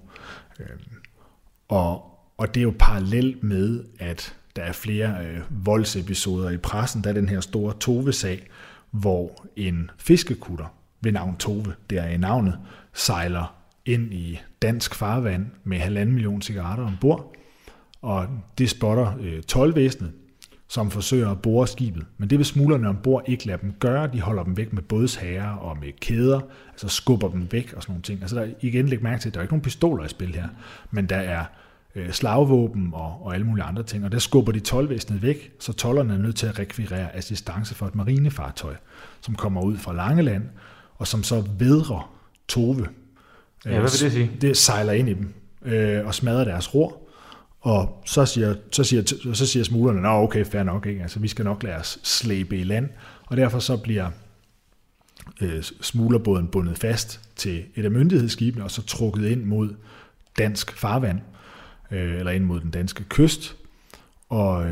Og det er jo parallelt med, at der er flere voldsepisoder i pressen. Der er den her store Tove-sag, hvor en fiskekutter ved navn Tove, der er i navnet, sejler ind i dansk farvand med 1,5 million cigaretter ombord, og det spotter toldvæsenet, som forsøger at bore skibet. Men det vil smuglerne ombord ikke lade dem gøre. De holder dem væk med bådsherrer og med kæder, altså skubber dem væk og sådan nogle ting. Altså der er igen læg mærke til, at der er ikke nogen pistoler i spil her, men der er slagvåben og alle mulige andre ting, og der skubber de toldvæsenet væk, så tolderne er nødt til at rekvirere assistance for et marinefartøj, som kommer ud fra Langeland, og som så vædrer Tove. Ja, hvad vil det sige? Det sejler ind i dem og smadrer deres ror, og så siger smuglerne, nå okay, fair nok, ikke? Altså, vi skal nok lade os slæbe i land, og derfor så bliver smuglerbåden bundet fast til et af myndighedsskibene, og så trukket ind mod dansk farvand, eller ind mod den danske kyst, og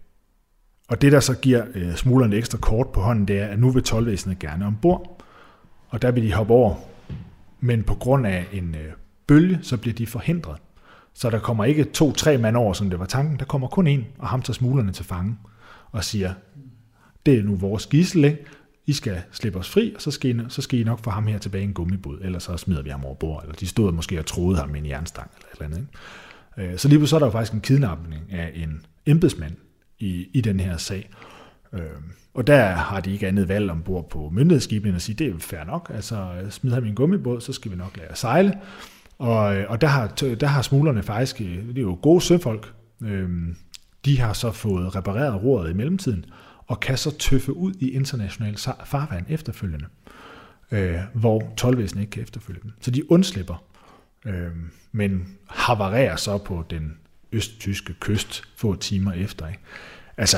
det der så giver smuglerne ekstra kort på hånden, det er, at nu vil toldvæsenet gerne ombord, og der vil de hoppe over, men på grund af en bølge, så bliver de forhindret. Så der kommer ikke 2-3 mand over, som det var tanken, der kommer kun en, og ham tager smuglerne til fange, og siger, det er nu vores gidsel, ikke? I skal slippe os fri, og så skal I nok få ham her tilbage i en gummibåd, ellers så smider vi ham over bord, eller de stod måske og troede ham med en jernstang, eller et eller andet, ikke? Så lige pludselig er der jo faktisk en kidnapning af en embedsmand i den her sag. Og der har de ikke andet valg ombord på myndighedsskibene at sige, det er jo fair nok, altså smid ham i en gummibåd, så skal vi nok lade jer sejle. Og der har smuglerne faktisk, det er jo gode søfolk, de har så fået repareret roret i mellemtiden, og kan så tøffe ud i international farvand efterfølgende, hvor toldvæsenet ikke kan efterfølge dem. Så de undslipper, men havarerer så på den østtyske kyst få timer efter. Ikke? Altså,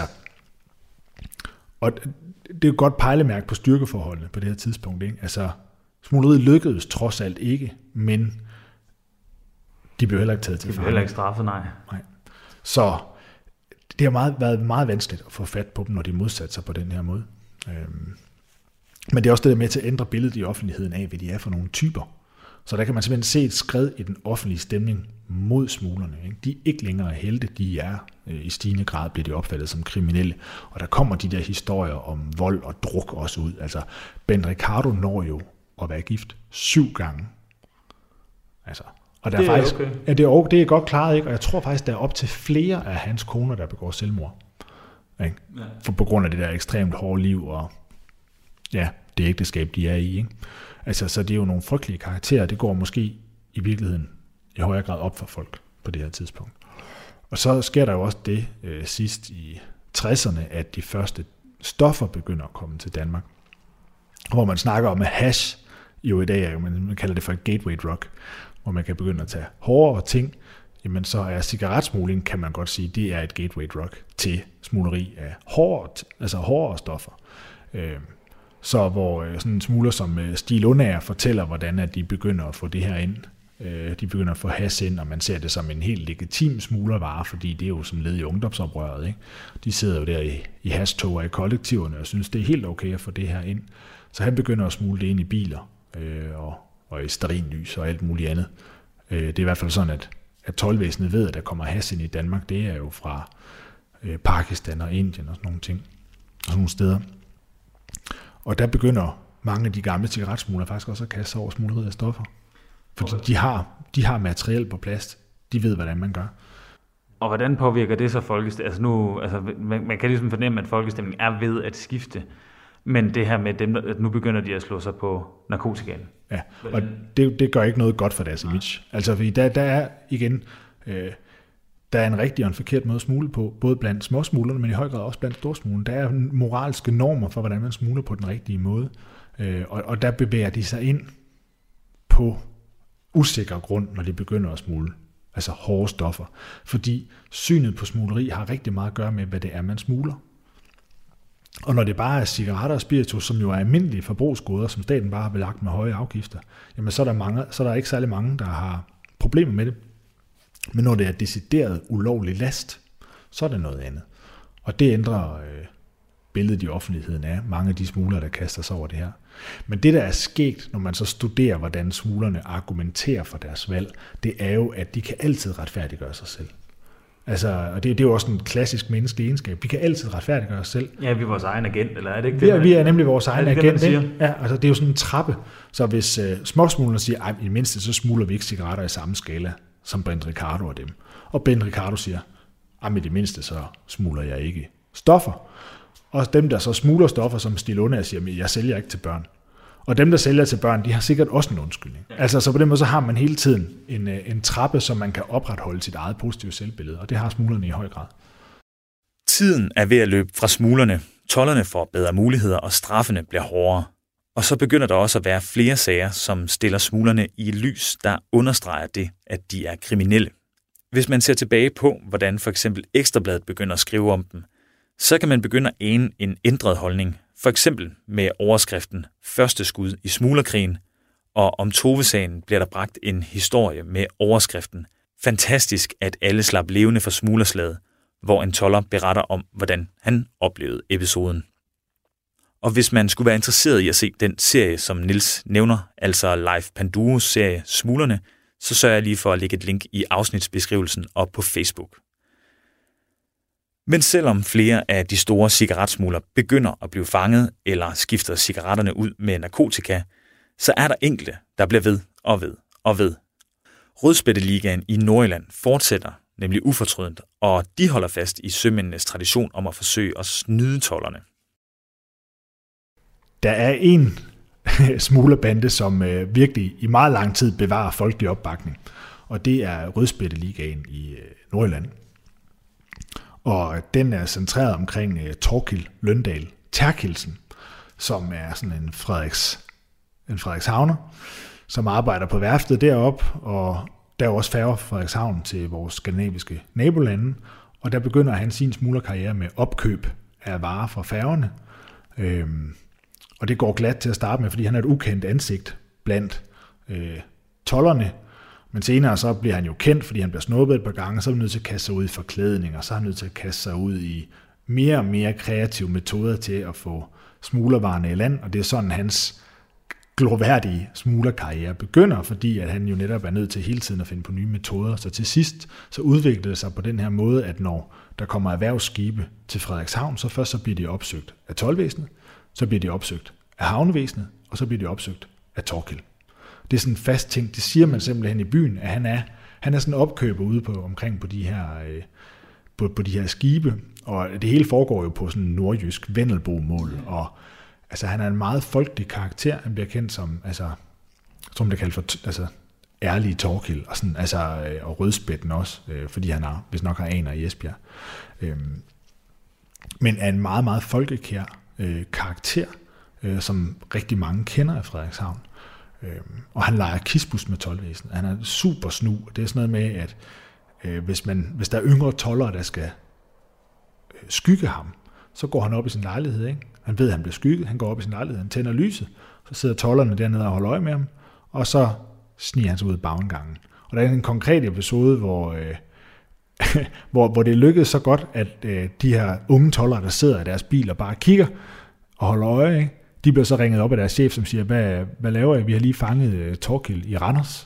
og det er et godt pejlemærke på styrkeforholdene på det her tidspunkt. Ikke? Altså, smugleriet lykkedes trods alt ikke, men de blev heller ikke taget til fange. De blev heller ikke straffet, nej. Så det har været meget vanskeligt at få fat på dem, når de modsatte sig på den her måde. Men det er også det der med til at ændre billedet i offentligheden af, hvad de er for nogle typer. Så der kan man simpelthen se et skred i den offentlige stemning mod smuglerne. Ikke? De er ikke længere helte, de er i stigende grad bliver de opfattet som kriminelle. Og der kommer de der historier om vold og druk også ud. Altså, Ben Ricardo når jo at være gift 7 gange. Altså, og der det er faktisk, okay. Ja, det er godt klaret, ikke? Og jeg tror faktisk, der er op til flere af hans koner, der begår selvmord. Ikke? Ja. For på grund af det der ekstremt hårde liv, og ja, det ægteskab, de er i. Ikke? Altså, så det er jo nogle frygtelige karakterer. Det går måske i virkeligheden i højere grad op for folk på det her tidspunkt. Og så sker der jo også det sidst i 60'erne, at de første stoffer begynder at komme til Danmark. Hvor man snakker om, at hash jo i dag, man kalder det for et gateway drug, hvor man kan begynde at tage hårdere ting, jamen så er cigaretsmugling, kan man godt sige, det er et gateway drug til smugleri af hårdere stoffer. Så hvor sådan en smugler som Stig Lundager fortæller, hvordan at de begynder at få det her ind, de begynder at få hash ind, og man ser det som en helt legitim smuglervare, fordi det er jo som led i ungdomsoprøret, ikke? De sidder jo der i hashtog og i kollektiverne og synes, det er helt okay at få det her ind. Så han begynder at smugle det ind i biler og i stearinlys og alt muligt andet. Det er i hvert fald sådan, at toldvæsenet ved, at der kommer hash ind i Danmark. Det er jo fra Pakistan og Indien og sådan nogle ting, og sådan nogle steder. Og der begynder mange af de gamle cigaretsmuglere faktisk også at kaste sig over smugleriet af stoffer. Fordi de har materiel på plads. De ved, hvordan man gør. Og hvordan påvirker det så folkestemningen? Man kan ligesom fornemme, at folkestemningen er ved at skifte. Men det her med dem, at nu begynder de at slå sig på narkotikaen. Ja, og det gør ikke noget godt for deres image. Altså, fordi der er igen, der er en rigtig og en forkert måde at smugle på, både blandt småsmuglerne, men i høj grad også blandt storsmuglerne. Der er moralske normer for, hvordan man smugler på den rigtige måde. Og der bevæger de sig ind på usikker grund, når de begynder at smugle. Altså hårde stoffer. Fordi synet på smugleri har rigtig meget at gøre med, hvad det er, man smugler. Og når det bare er cigaretter og spiritus, som jo er almindelige forbrugsgoder, som staten bare har belagt med høje afgifter, jamen så er der ikke særlig mange, der har problemer med det. Men når det er decideret ulovlig last, så er det noget andet. Og det ændrer billedet i offentligheden af mange af de smuglere, der kaster sig over det her. Men det, der er skægt, når man så studerer, hvordan smuglerne argumenterer for deres valg, det er jo, at de kan altid retfærdiggøre sig selv. Altså, og det er jo også en klassisk menneskelig egenskab. Vi kan altid retfærdiggøre os selv. Ja, vi er vores egen agent, eller er det ikke det? Vi er nemlig vores egen agent. Ja, altså, det er jo sådan en trappe. Så hvis småsmuglerne siger, at i det mindste så smugler vi ikke cigaretter i samme skala som Bent Ricardo og dem. Og Bent Ricardo siger, at i det mindste så smugler jeg ikke stoffer. Og dem, der så smugler stoffer, som Stig Lundager siger, at jeg sælger ikke til børn. Og dem, der sælger til børn, de har sikkert også en undskyldning. Ja. Altså, så på den måde, så har man hele tiden en trappe, som man kan opretholde sit eget positive selvbillede, og det har smuglerne i høj grad. Tiden er ved at løbe fra smuglerne. Tolderne får bedre muligheder, og straffene bliver hårdere. Og så begynder der også at være flere sager, som stiller smuglerne i et lys, der understreger det, at de er kriminelle. Hvis man ser tilbage på, hvordan for eksempel Ekstrabladet begynder at skrive om dem, så kan man begynde at ane en ændret holdning. For eksempel med overskriften Første skud i smuglerkrigen, og om Tove-sagen bliver der bragt en historie med overskriften Fantastisk, at alle slap levende for smuglerslaget, hvor en tolder beretter om, hvordan han oplevede episoden. Og hvis man skulle være interesseret i at se den serie, som Niels nævner, altså Leif Panduros serie Smuglerne, så sørger jeg lige for at lægge et link i afsnitsbeskrivelsen og på Facebook. Men selvom flere af de store cigaretsmuglere begynder at blive fanget eller skifter cigaretterne ud med narkotika, så er der enkelte, der bliver ved og ved og ved. Rødspætteligaen i Nordjylland fortsætter nemlig ufortrødent, og de holder fast i sømændenes tradition om at forsøge at snyde tolderne. Der er en smuglerbande, som virkelig i meget lang tid bevarer folkelig opbakning, og det er Rødspætteligaen i Nordjylland. Og den er centreret omkring Torkild Løndal Terkelsen, som er sådan en Frederikshavner, som arbejder på værftet deroppe, og der er også færger fra Frederikshavn til vores skandinaviske nabolande, og der begynder han sin smuglerkarriere med opkøb af varer fra færgerne. Og det går glat til at starte med, fordi han er et ukendt ansigt blandt tolderne. Men senere så bliver han jo kendt, fordi han bliver snuppet et par gange, så er han nødt til at kaste sig ud i forklædning, og så er han nødt til at kaste sig ud i mere og mere kreative metoder til at få smuglervarerne i land, og det er sådan hans glorværdige smuglerkarriere begynder, fordi at han jo netop er nødt til hele tiden at finde på nye metoder. Så til sidst så udvikler det sig på den her måde, at når der kommer erhvervsskibe til Frederikshavn, så først så bliver de opsøgt af toldvæsenet, så bliver de opsøgt af havnevæsenet, og så bliver de opsøgt af Torkild. Det er sådan en fast ting. Det siger man simpelthen i byen, at han er sådan en opkøber ude omkring på de her skibe, og det hele foregår jo på sådan en nordjysk vendelbomål, og altså han er en meget folkelig karakter. Han bliver kendt som det kaldes for ærlige Thorkild, og, sådan, altså, og Rødspætten også, fordi han hvis nok har aner i Esbjerg. Men er en meget, meget folkekær karakter, som rigtig mange kender af Frederikshavn. Og han leger kispus med toldvæsenet. Han er super snu. Det er sådan noget med, at hvis der er yngre toldere, der skal skygge ham, så går han op i sin lejlighed. Ikke? Han ved, at han bliver skygget. Han går op i sin lejlighed, han tænder lyset. Så sidder tolderne dernede og holder øje med ham. Og så sniger han sig ud af baggangen. Og der er en konkret episode, hvor det lykkedes så godt, at de her unge toldere, der sidder i deres bil og bare kigger og holder øje, ikke? De bliver så ringet op af deres chef, som siger, hvad laver I? Vi har lige fanget Thorkild i Randers.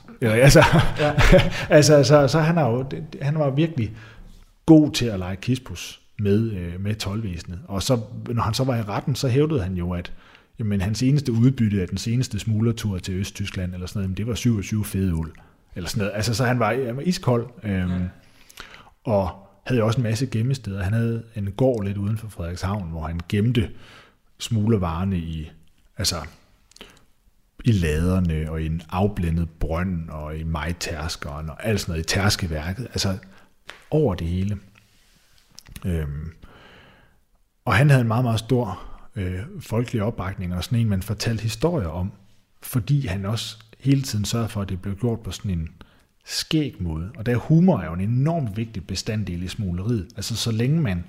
Så han var virkelig god til at lege kispus med toldvæsenet. Og så, når han så var i retten, så hævdede han jo, at jamen, hans eneste udbytte af den seneste smuglertur til Østtyskland, eller sådan noget, det var 27 fede uld. Eller sådan noget. Altså, så han var iskold, og havde også en masse gemmesteder. Han havde en gård lidt uden for Frederikshavn, hvor han gemte smuglervarerne i laderne, og i en afblændet brønd, og i majtærskeren, og alt sådan noget i tærskeværket. Altså, over det hele. Og han havde en meget, meget stor folkelig opbakning, og sådan en, man fortalte historier om, fordi han også hele tiden sørgede for, at det blev gjort på sådan en skæg måde. Og der humor er jo en enormt vigtig bestanddel i smugleriet. Altså så længe man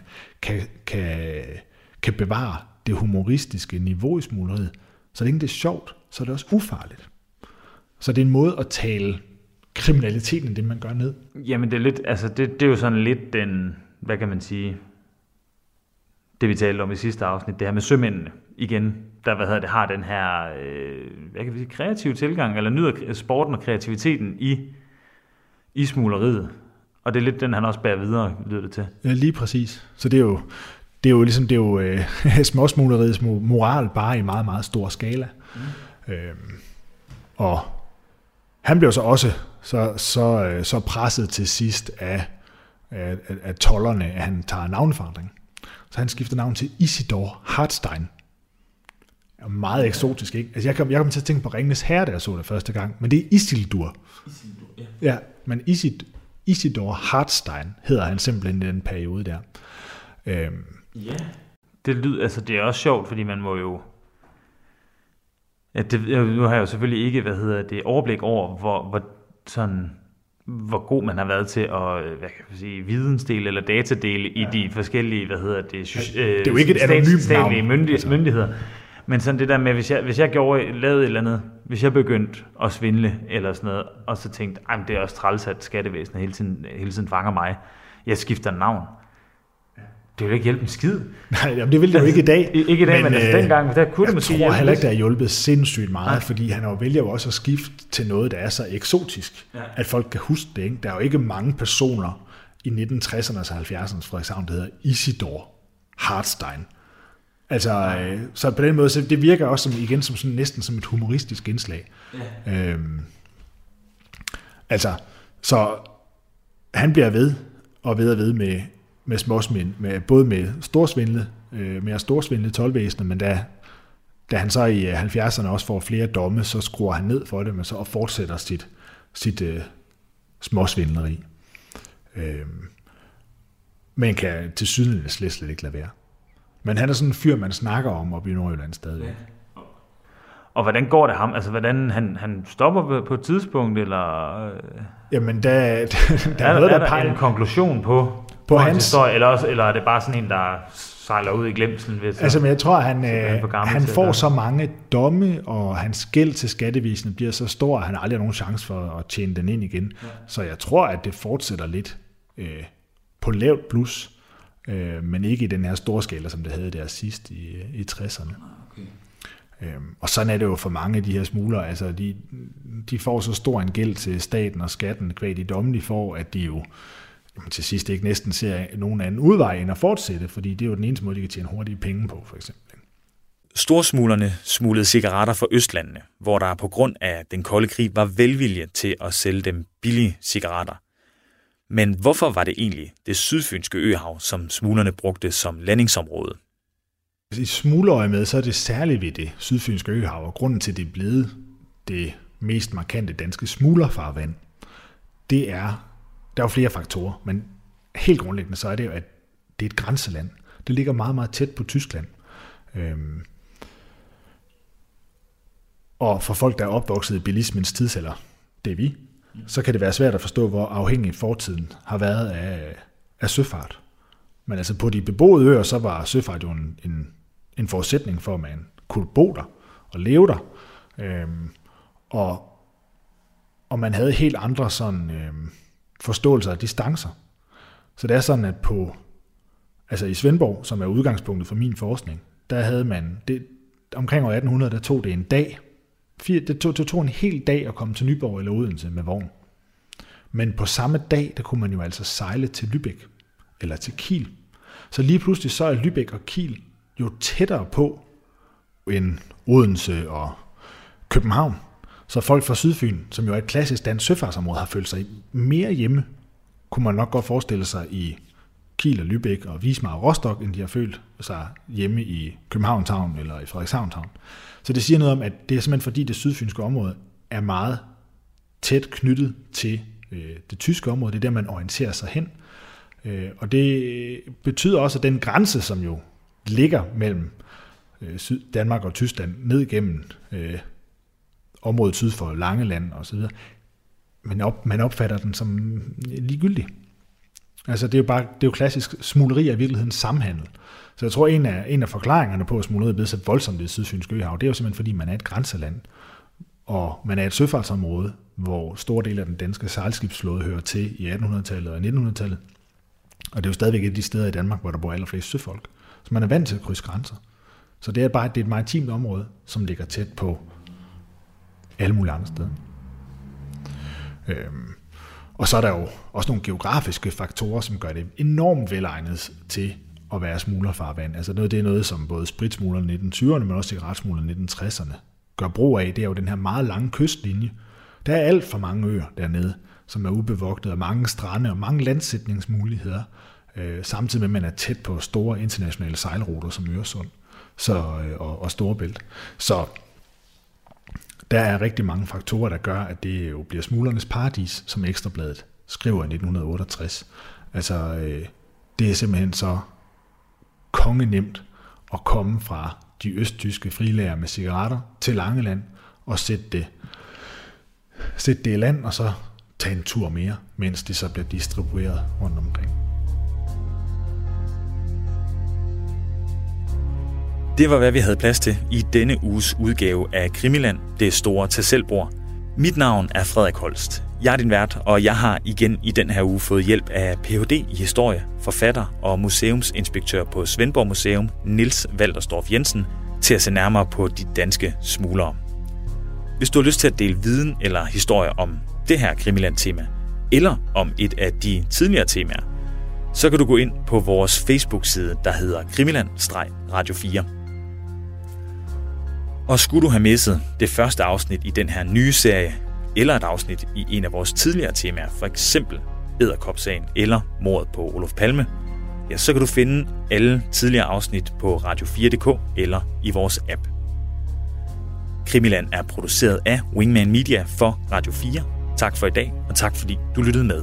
kan bevare det humoristiske niveau i smugleriet, så længe det er sjovt, så er det også ufarligt. Så det er en måde at tale kriminaliteten, det man gør ned. Jamen det er lidt, altså det er jo sådan lidt den, hvad kan man sige, det vi talte om i sidste afsnit, det her med sømændene igen, der har den her hvad kan vi sige, kreative tilgang, eller nyder sporten og kreativiteten i smugleriet. Og det er lidt den, han også bærer videre, lyder det til. Ja, lige præcis. Så det er jo småsmugleriets moral, bare i meget, meget stor skala. Og han blev så også så presset til sidst af tolderne, at han tager navneforandring. Så han skifter navn til Isidor Hartstein. Meget eksotisk, ikke? Altså jeg kom til at tænke på Ringenes Herre, da jeg så det første gang, men det er Isildur. Ja, men Isidor Hartstein hedder han simpelthen i den periode der. Ja, det lyder, altså det er også sjovt, fordi man må jo, nu har jeg jo selvfølgelig ikke, overblik over, hvor god man har været til at, vidensdel eller datadele i de forskellige, det er jo ikke et anonymt navn. Myndigheder. Men sådan det der med, hvis jeg lavede et eller andet, hvis jeg begyndte at svindle eller sådan noget, og så tænkte, det er også træls, at skattevæsenet hele tiden fanger mig. Jeg skifter navn. Det vil ikke hjælpe en skid. Nej, det ville det jo ikke i dag. Ikke i dag, men dengang, der kunne det måske hjælpe. Jeg tror heller ikke, der har hjulpet sindssygt meget, fordi han vælger jo også at skifte til noget, der er så eksotisk, at folk kan huske det. Ikke? Der er jo ikke mange personer i 1960'erne og 70'erne Frederikshavn, der hedder Isidor Hartstein. Altså, så på den måde, så det virker også som sådan, næsten som et humoristisk indslag. Så han bliver ved med småsvindle, både med storsvindle toldvæsenet, men da han så i 70'erne også får flere domme, så skruer han ned for det, men så og fortsætter sit småsvindleri. Men kan til syden slet ikke lade være. Men han er sådan en fyr, man snakker om oppe i Nordjylland stadig. Ja. Og hvordan går det ham? Altså, hvordan han stopper på et tidspunkt, eller? Jamen, der er noget, der peger en konklusion på hans historie, eller er det bare sådan en, der sejler ud i glemselen? Altså, men jeg tror, han får så mange domme, og hans gæld til skattevæsenet bliver så stor, at han aldrig har nogen chance for at tjene den ind igen. Ja. Så jeg tror, at det fortsætter lidt på lavt plus, men ikke i den her store skala, som det havde der sidst i 60'erne. Okay. Og sådan er det jo for mange af de her smuglere. Altså, de får så stor en gæld til staten og skatten, kvad de domme, de får, at de jo til sidst ikke næsten ser nogen anden udvej end at fortsætte, fordi det er jo den eneste måde, de kan tjene hurtige penge på, for eksempel. Storsmuglerne smuglede cigaretter fra Østlandene, hvor der på grund af den kolde krig var velvilje til at sælge dem billige cigaretter. Men hvorfor var det egentlig det sydfynske øhav, som smuglerne brugte som landingsområde? I smuglerøje med, så er det særligt ved det sydfynske øhav, og grunden til, det er blevet det mest markante danske smuglerfarvand, der er jo flere faktorer, men helt grundlæggende så er det jo, at det er et grænseland. Det ligger meget, meget tæt på Tyskland. Og for folk, der er opvokset i bilismens tidsalder, det er vi, så kan det være svært at forstå, hvor afhængig fortiden har været af søfart. Men altså på de beboede øer, så var søfart jo en forudsætning for, at man kunne bo der og leve der. Og man havde helt andre sådan, forståelser af distancer. Så det er sådan, at i Svendborg, som er udgangspunktet for min forskning, der havde man, omkring år 1800, der tog det en dag. Det tog en hel dag at komme til Nyborg eller Odense med vogn. Men på samme dag, der kunne man jo altså sejle til Lübeck eller til Kiel. Så lige pludselig så er Lübeck og Kiel jo tættere på end Odense og København. Så folk fra Sydfyn, som jo er et klassisk dansk søfartsområde, har følt sig mere hjemme, kunne man nok godt forestille sig i Kiel og Lübeck og Wismar og Rostock, end de har følt sig hjemme i Københavns Havn eller i Frederikshavns Havn. Så det siger noget om, at det er simpelthen fordi det sydfynske område er meget tæt knyttet til det tyske område. Det er der, man orienterer sig hen. Og det betyder også, at den grænse, som jo ligger mellem Danmark og Tyskland, ned igennem området syd for Langeland og så videre, man opfatter den som ligegyldig. Altså det er jo klassisk smugleri af i virkeligheden samhandel. Så jeg tror, en af forklaringerne på, at smugleriet er blevet så voldsomt i det sydfynske øhav, det er jo simpelthen fordi, man er et grænseland, og man er et søfartsområde, hvor store dele af den danske sejlskibsflåde hører til i 1800-tallet og 1900-tallet. Og det er jo stadigvæk et af de steder i Danmark, hvor der bor allerflest søfolk. Så man er vant til at krydse grænser. Så det er et maritimt område, som ligger tæt på alle mulige andre steder. Og så er der jo også nogle geografiske faktorer, som gør det enormt velegnet til at være smuglerfarvand. Altså det er noget, som både spritsmuglerne i 1920'erne, men også cigaretsmuglerne i 1960'erne gør brug af. Det er jo den her meget lange kystlinje. Der er alt for mange øer dernede, som er ubevogtet, og mange strande og mange landsætningsmuligheder, samtidig med, at man er tæt på store internationale sejlruter som Øresund og Storebælt. Så der er rigtig mange faktorer, der gør, at det jo bliver smuglernes paradis, som Ekstra Bladet skriver i 1968. Altså, det er simpelthen så kongenemt at komme fra de østtyske frilager med cigaretter til Langeland og sætte det i land, og så tage en tur mere, mens det så bliver distribueret rundt omkring. Det var, hvad vi havde plads til i denne uges udgave af Krimiland, det store tag selv-bord. Mit navn er Frederik Holst. Jeg er din vært, og jeg har igen i den her uge fået hjælp af Ph.D. i historie, forfatter og museumsinspektør på Svendborg Museum, Niels Waltersdorf Jensen, til at se nærmere på de danske smuglere. Hvis du har lyst til at dele viden eller historie om det her Krimiland-tema, eller om et af de tidligere temaer, så kan du gå ind på vores Facebook-side, der hedder Krimiland-Radio 4. Og skulle du have misset det første afsnit i den her nye serie, eller et afsnit i en af vores tidligere temaer, for eksempel Edderkopsagen eller mordet på Olof Palme, ja, så kan du finde alle tidligere afsnit på radio4.dk eller i vores app. Krimiland er produceret af Wingman Media for Radio 4. Tak for i dag, og tak fordi du lyttede med.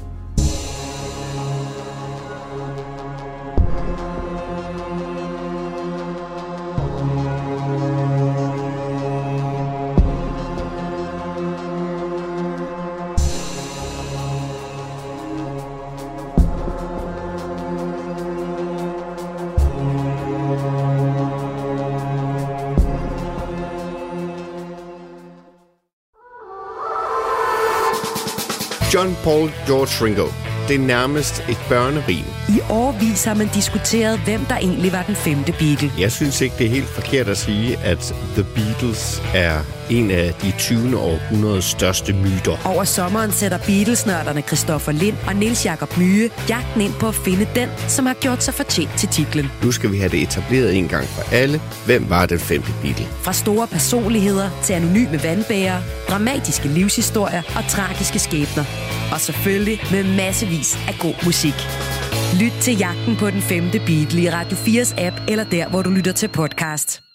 John Paul George Ringo. Det er nærmest et børnerim. I årevis har man diskuteret, hvem der egentlig var den femte Beatle. Jeg synes ikke, det er helt forkert at sige, at The Beatles er en af de 20. århundredes største myter. Over sommeren sætter Beatles-nørderne Christoffer Lind og Niels Jakob Myhe jagten ind på at finde den, som har gjort sig fortjent til titlen. Nu skal vi have det etableret en gang for alle. Hvem var den femte Beatle? Fra store personligheder til anonyme vandbærere, dramatiske livshistorier og tragiske skæbner. Og selvfølgelig med massevis af god musik. Lyt til jagten på den femte Beatle i Radio 4's app eller der, hvor du lytter til podcast.